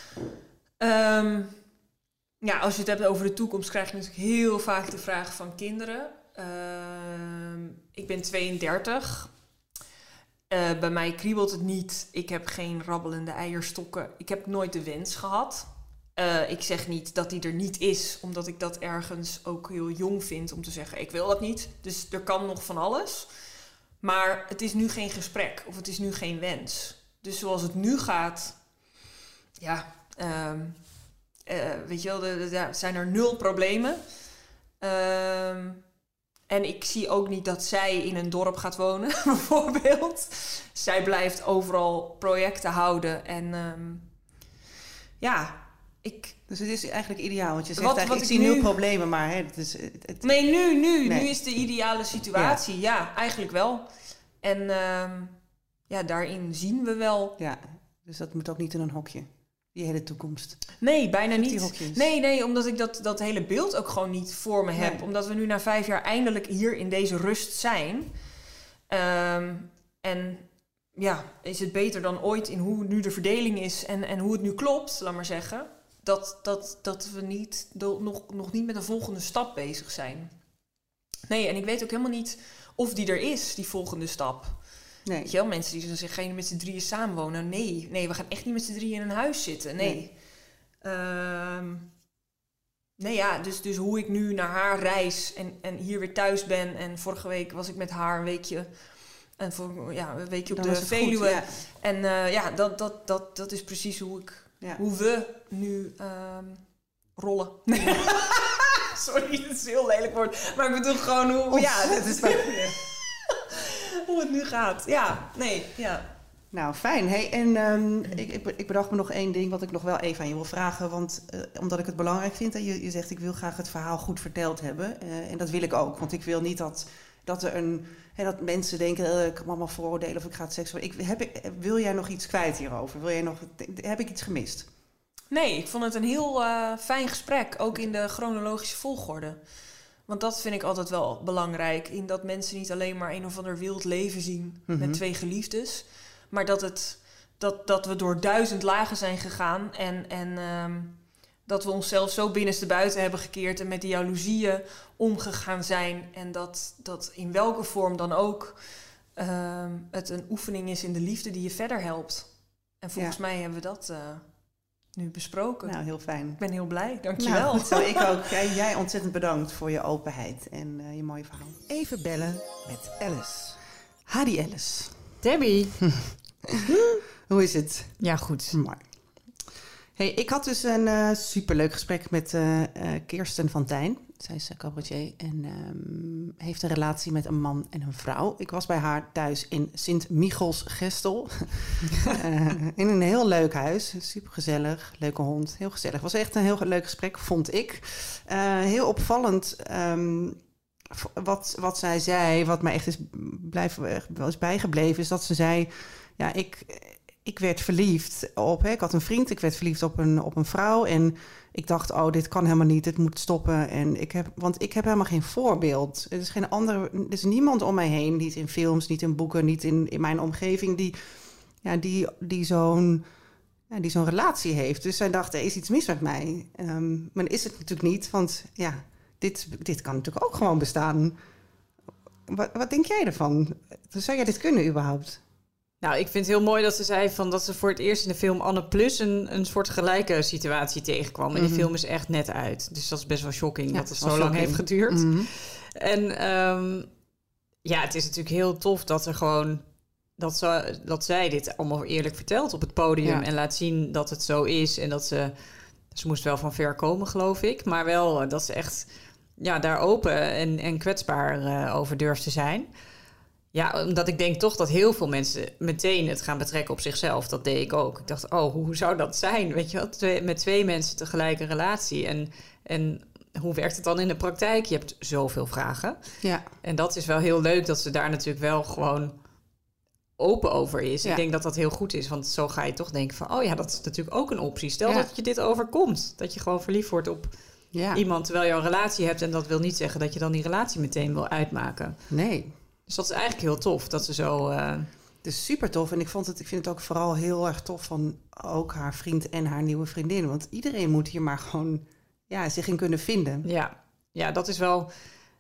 Um, ja, als je het hebt over de toekomst, krijg je natuurlijk heel vaak de vraag van kinderen. Um, ik ben tweeëndertig. Uh, bij mij kriebelt het niet. Ik heb geen rabbelende eierstokken. Ik heb nooit de wens gehad. Uh, ik zeg niet dat die er niet is, omdat ik dat ergens ook heel jong vind om te zeggen, ik wil dat niet. Dus er kan nog van alles. Maar het is nu geen gesprek of het is nu geen wens. Dus zoals het nu gaat, ja, um, uh, weet je wel, de, de, de, zijn er nul problemen. Um, en ik zie ook niet dat zij in een dorp gaat wonen, bijvoorbeeld. Zij blijft overal projecten houden en um, ja... Ik, dus het is eigenlijk ideaal, want je zegt wat, eigenlijk, wat ik zie nu, nul problemen, maar hè, het is... Het, het, nee, nu, nu, nee. nu is de ideale situatie. Ja, ja eigenlijk wel. En um, ja, daarin zien we wel. Ja, dus dat moet ook niet in een hokje, die hele toekomst. Nee, bijna Die niet. hokjes. Nee, nee, omdat ik dat, dat hele beeld ook gewoon niet voor me heb. Nee. Omdat we nu na vijf jaar eindelijk hier in deze rust zijn. Um, en ja, is het beter dan ooit in hoe nu de verdeling is en, en hoe het nu klopt, laat maar zeggen. Dat, dat, dat we niet, do, nog, nog niet met een volgende stap bezig zijn. Nee, en ik weet ook helemaal niet of die er is, die volgende stap. Nee. Weet je wel, mensen die zeggen, ga je met z'n drieën samenwonen? Nee, nee, we gaan echt niet met z'n drieën in een huis zitten. Nee. Nee, um, nee ja, dus, dus hoe ik nu naar haar reis en, en hier weer thuis ben. En vorige week was ik met haar een weekje... En voor, ja, een weekje op Dan de Veluwe. Goed, ja. En uh, ja, dat, dat, dat, dat is precies hoe ik... Ja. Hoe we nu um, rollen. Nee. Sorry, het is een heel lelijk woord. Maar ik bedoel gewoon hoe... Of, ja, dat is hoe het nu gaat. Ja, nee, ja. Nou, fijn. Hey, en um, ik, ik, ik bedacht me nog één ding wat ik nog wel even aan je wil vragen. Want uh, omdat ik het belangrijk vind. En je, je zegt, ik wil graag het verhaal goed verteld hebben. Uh, en dat wil ik ook. Want ik wil niet dat... Dat, er een, hè, dat mensen denken, uh, ik kan allemaal vooroordelen of ik ga het seks... Ik, heb ik, wil jij nog iets kwijt hierover? Wil jij nog, heb ik iets gemist? Nee, ik vond het een heel uh, fijn gesprek. Ook in de chronologische volgorde. Want dat vind ik altijd wel belangrijk. In dat mensen niet alleen maar een of ander wild leven zien mm-hmm. met twee geliefdes. Maar dat, het, dat, dat we door duizend lagen zijn gegaan. En... en um, dat we onszelf zo binnenstebuiten hebben gekeerd en met die jaloezieën omgegaan zijn. En dat, dat in welke vorm dan ook uh, het een oefening is in de liefde die je verder helpt. En volgens ja. mij hebben we dat uh, nu besproken. Nou, heel fijn. Ik ben heel blij, dankjewel. Nou, goed zo, ik ook. Ja, jij ontzettend bedankt voor je openheid en uh, je mooie verhaal. Even bellen met Alice. Hadi Alice. Debbie. Hoe is het? Ja, goed. Mooi. Hey, ik had dus een uh, superleuk gesprek met uh, uh, Kirsten van Tijn. Zij is uh, cabaretier en um, heeft een relatie met een man en een vrouw. Ik was bij haar thuis in Sint-Michels-Gestel. uh, in een heel leuk huis. Super gezellig, leuke hond. Heel gezellig. Het was echt een heel leuk gesprek, vond ik. Uh, heel opvallend um, wat, wat zij zei, wat mij echt is, blijf, wel is bijgebleven, is dat ze zei... Ja, ik... Ik werd verliefd op, hè, ik had een vriend, ik werd verliefd op een, op een vrouw. En ik dacht, oh, dit kan helemaal niet, dit moet stoppen. En ik heb, want ik heb helemaal geen voorbeeld. Er is geen andere, er is niemand om mij heen, niet in films, niet in boeken, niet in, in mijn omgeving, die, ja, die, die zo'n ja, die zo'n relatie heeft. Dus zij dacht, er is iets mis met mij. Um, maar dat is het natuurlijk niet, want ja, dit, dit kan natuurlijk ook gewoon bestaan. Wat, wat denk jij ervan? Zou jij dit kunnen überhaupt? Nou, ik vind het heel mooi dat ze zei van dat ze voor het eerst in de film Anne Plus een, een soort gelijke situatie tegenkwam. En Mm-hmm. die film is echt net uit. Dus dat is best wel shocking Ja, dat het zo wel lang shocking. heeft geduurd. Mm-hmm. En um, ja, het is natuurlijk heel tof dat er gewoon dat, ze, dat zij dit allemaal eerlijk vertelt op het podium. Ja. En laat zien dat het zo is. En dat ze, ze moest wel van ver komen, geloof ik. Maar wel dat ze echt ja, daar open en, en kwetsbaar uh, over durft te zijn. Ja, omdat ik denk toch dat heel veel mensen meteen het gaan betrekken op zichzelf. Dat deed ik ook. Ik dacht, oh, hoe zou dat zijn? Weet je wel, twee, met twee mensen tegelijk een relatie. En, en hoe werkt het dan in de praktijk? Je hebt zoveel vragen. Ja. En dat is wel heel leuk dat ze daar natuurlijk wel gewoon open over is. Ja. Ik denk dat dat heel goed is. Want zo ga je toch denken van, oh ja, dat is natuurlijk ook een optie. Stel Ja. dat je dit overkomt. Dat je gewoon verliefd wordt op Ja. iemand terwijl je een relatie hebt. En dat wil niet zeggen dat je dan die relatie meteen wil uitmaken. Nee. Dus dat is eigenlijk heel tof, dat ze zo... Uh... Het is super tof. En ik, vond het, ik vind het ook vooral heel erg tof van ook haar vriend en haar nieuwe vriendin. Want iedereen moet hier maar gewoon ja, zich in kunnen vinden. Ja, ja, dat is wel...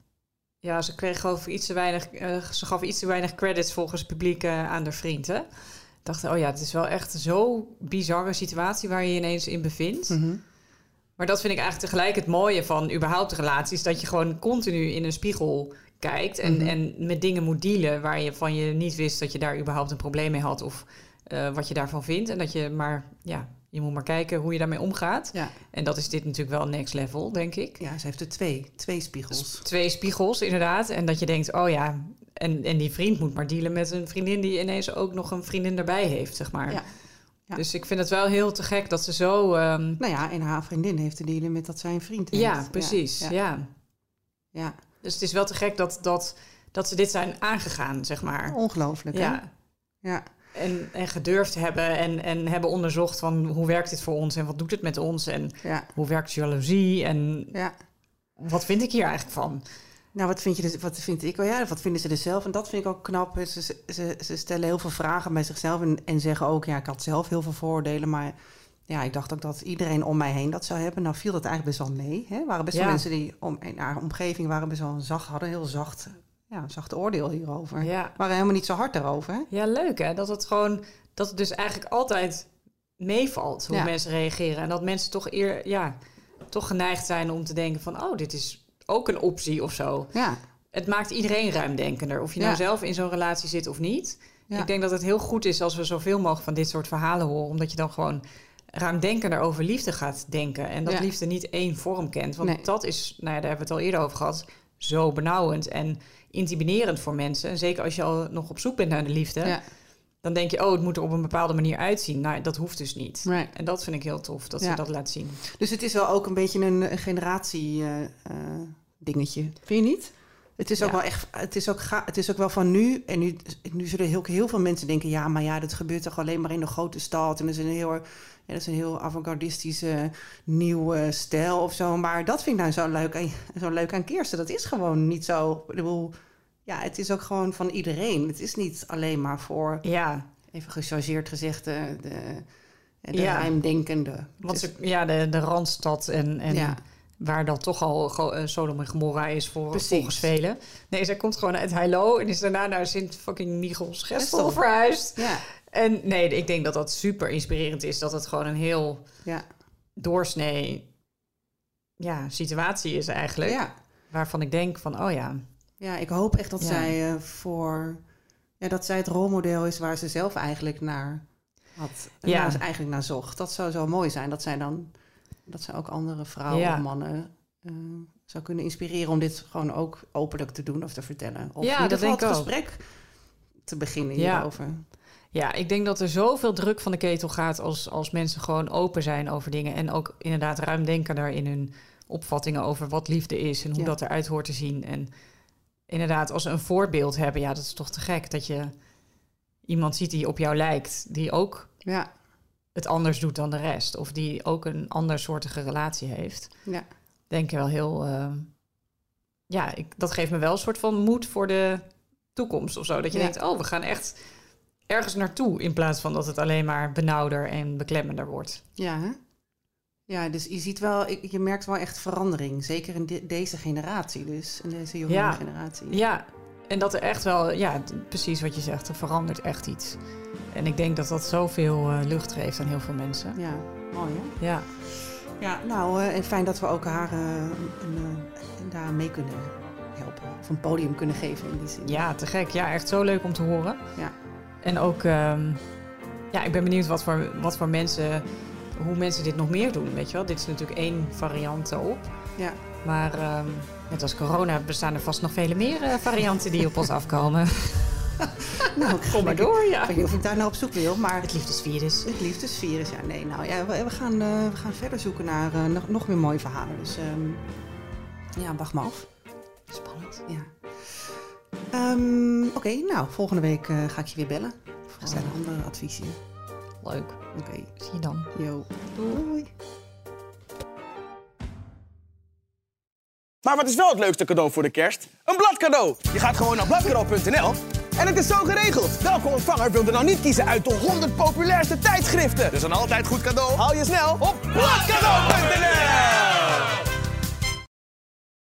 Ja, ze kreeg geloof ik iets te weinig... Uh, ze gaf iets te weinig credits volgens het publiek uh, aan haar vriend, hè? Ik dacht, oh ja, het is wel echt zo'n bizarre situatie waar je je ineens in bevindt. Mm-hmm. Maar dat vind ik eigenlijk tegelijk het mooie van überhaupt relaties. Dat je gewoon continu in een spiegel kijkt en, Mm-hmm. en met dingen moet dealen waar je van je niet wist dat je daar überhaupt een probleem mee had of uh, wat je daarvan vindt. En dat je maar, ja, je moet maar kijken hoe je daarmee omgaat. Ja. En dat is dit natuurlijk wel next level, denk ik. Ja, ze heeft er twee. Twee spiegels. Dus twee spiegels, inderdaad. En dat je denkt, oh ja, en, en die vriend moet maar dealen met een vriendin die ineens ook nog een vriendin erbij heeft, zeg maar. Ja. Ja. Dus ik vind het wel heel te gek dat ze zo... Um... Nou ja, en haar vriendin heeft te dealen met dat zij een vriend heeft. Ja, precies. Ja. Ja. ja. Dus het is wel te gek dat, dat, dat ze dit zijn aangegaan, zeg maar. Ongelooflijk, hè? Ja. Ja. En, en gedurfd hebben en, en hebben onderzocht van hoe werkt dit voor ons en wat doet het met ons en ja. hoe werkt jaloezie en ja. wat vind ik hier eigenlijk van? Nou, wat vind je dus, wat vind ik wel, ja, wat vinden ze er zelf? En dat vind ik ook knap. Ze, ze, ze stellen heel veel vragen bij zichzelf en, en zeggen ook, ja, ik had zelf heel veel vooroordelen, maar ja, ik dacht ook dat iedereen om mij heen dat zou hebben. Nou viel dat eigenlijk best wel mee. Hè? waren best wel ja. mensen die om, in haar omgeving waren best wel zacht, hadden een heel zacht, ja, zacht oordeel hierover. Ja. Waren helemaal niet zo hard daarover. Hè? Ja, leuk hè? Dat het gewoon, dat het dus eigenlijk altijd meevalt hoe ja. mensen reageren. En dat mensen toch eer, ja, toch geneigd zijn om te denken van, oh, dit is ook een optie of zo. Ja. Het maakt iedereen ruimdenkender. Of je ja. nou zelf in zo'n relatie zit of niet. Ja. Ik denk dat het heel goed is als we zoveel mogelijk van dit soort verhalen horen. Omdat je dan gewoon ruimdenkender over liefde gaat denken. En dat ja. liefde niet één vorm kent. Want nee. dat is, nou ja, daar hebben we het al eerder over gehad, zo benauwend en intimiderend voor mensen. En zeker als je al nog op zoek bent naar de liefde. Ja. Dan denk je, oh, het moet er op een bepaalde manier uitzien. Nou, dat hoeft dus niet. Right. En dat vind ik heel tof, dat ja. ze dat laat zien. Dus het is wel ook een beetje een, een generatie uh, uh, dingetje. Vind je niet? Het is ook ja. wel echt, het is ook, ga, het is ook wel van nu. En nu, nu zullen heel, heel veel mensen denken, ja, maar ja, dat gebeurt toch alleen maar in de grote stad. En dat is een heel, ja, dat is een heel avant-gardistische nieuwe stijl of zo. Maar dat vind ik nou zo leuk, aan, zo leuk aan Kirsten. Dat is gewoon niet zo. Ik bedoel, ja, het is ook gewoon van iedereen. Het is niet alleen maar voor, ja. even gechargeerd gezegd, de, de, de ja. ruimdenkende. Want dus, ze, ja, de, de Randstad en, en ja. waar dat toch al uh, Sodom en Gomorra is voor, volgens velen. Nee, zij komt gewoon uit Heilo en is daarna naar Sint fucking Michels Gestel verhuisd. Ja. En nee, ik denk dat dat super inspirerend is. Dat het gewoon een heel ja. doorsnee ja, situatie is eigenlijk. Ja. Waarvan ik denk van, oh ja. Ja, ik hoop echt dat ja. zij uh, voor... Ja, dat zij het rolmodel is waar ze zelf eigenlijk naar had. Ja. Waar ze eigenlijk naar zocht. Dat zou zo mooi zijn. Dat zij dan... Dat zij ook andere vrouwen ja. of mannen uh, zou kunnen inspireren om dit gewoon ook openlijk te doen of te vertellen. Of ja, in ieder geval het ook. gesprek te beginnen ja. hierover. Ja, ik denk dat er zoveel druk van de ketel gaat als, als mensen gewoon open zijn over dingen. En ook inderdaad ruimdenkender in hun opvattingen over wat liefde is en hoe ja. dat eruit hoort te zien. En inderdaad, als ze een voorbeeld hebben, ja, dat is toch te gek dat je iemand ziet die op jou lijkt, die ook ja. het anders doet dan de rest. Of die ook een andersoortige relatie heeft. Ja. Denk je wel heel... Uh, ja, ik, dat geeft me wel een soort van moed voor de toekomst of zo. Dat je ja. denkt, oh, we gaan echt ergens naartoe, in plaats van dat het alleen maar benauwder en beklemmender wordt. Ja, hè? Ja, dus je ziet wel, je merkt wel echt verandering. Zeker in de, deze generatie dus, in deze jonge ja. generatie. Ja, En dat er echt wel, ja, d- precies wat je zegt, er verandert echt iets. En ik denk dat dat zoveel uh, lucht geeft aan heel veel mensen. Ja, mooi hè? Ja. Ja, nou, uh, en fijn dat we ook haar uh, een, een, daar mee kunnen helpen. Of een podium kunnen geven in die zin. Ja, te gek. Ja, echt zo leuk om te horen. Ja. En ook, um, ja, ik ben benieuwd wat voor, wat voor mensen, hoe mensen dit nog meer doen, weet je wel. Dit is natuurlijk één variant erop. Ja. Maar um, net als corona bestaan er vast nog vele meer uh, varianten die op ons afkomen. Nou, kom maar door, ja. Ik weet niet of ik daar nou op zoek wil, maar... Het liefdesvirus. Het liefdesvirus, ja. Nee, nou ja, we, we, gaan, uh, we gaan verder zoeken naar uh, nog, nog meer mooie verhalen. Dus um, ja, wacht maar af. Spannend. Ja. Um, Oké, okay, nou, volgende week uh, ga ik je weer bellen. Voor Gezellig. een andere adviezen. Leuk. Oké. Okay. Zie je dan. Jo. Doei. Maar wat is wel het leukste cadeau voor de kerst? Een bladcadeau. Je gaat gewoon naar bladcadeau punt n l en het is zo geregeld. Welke ontvanger wil er nou niet kiezen uit de honderd populairste tijdschriften? Dus een altijd goed cadeau haal je snel op bladcadeau punt n l.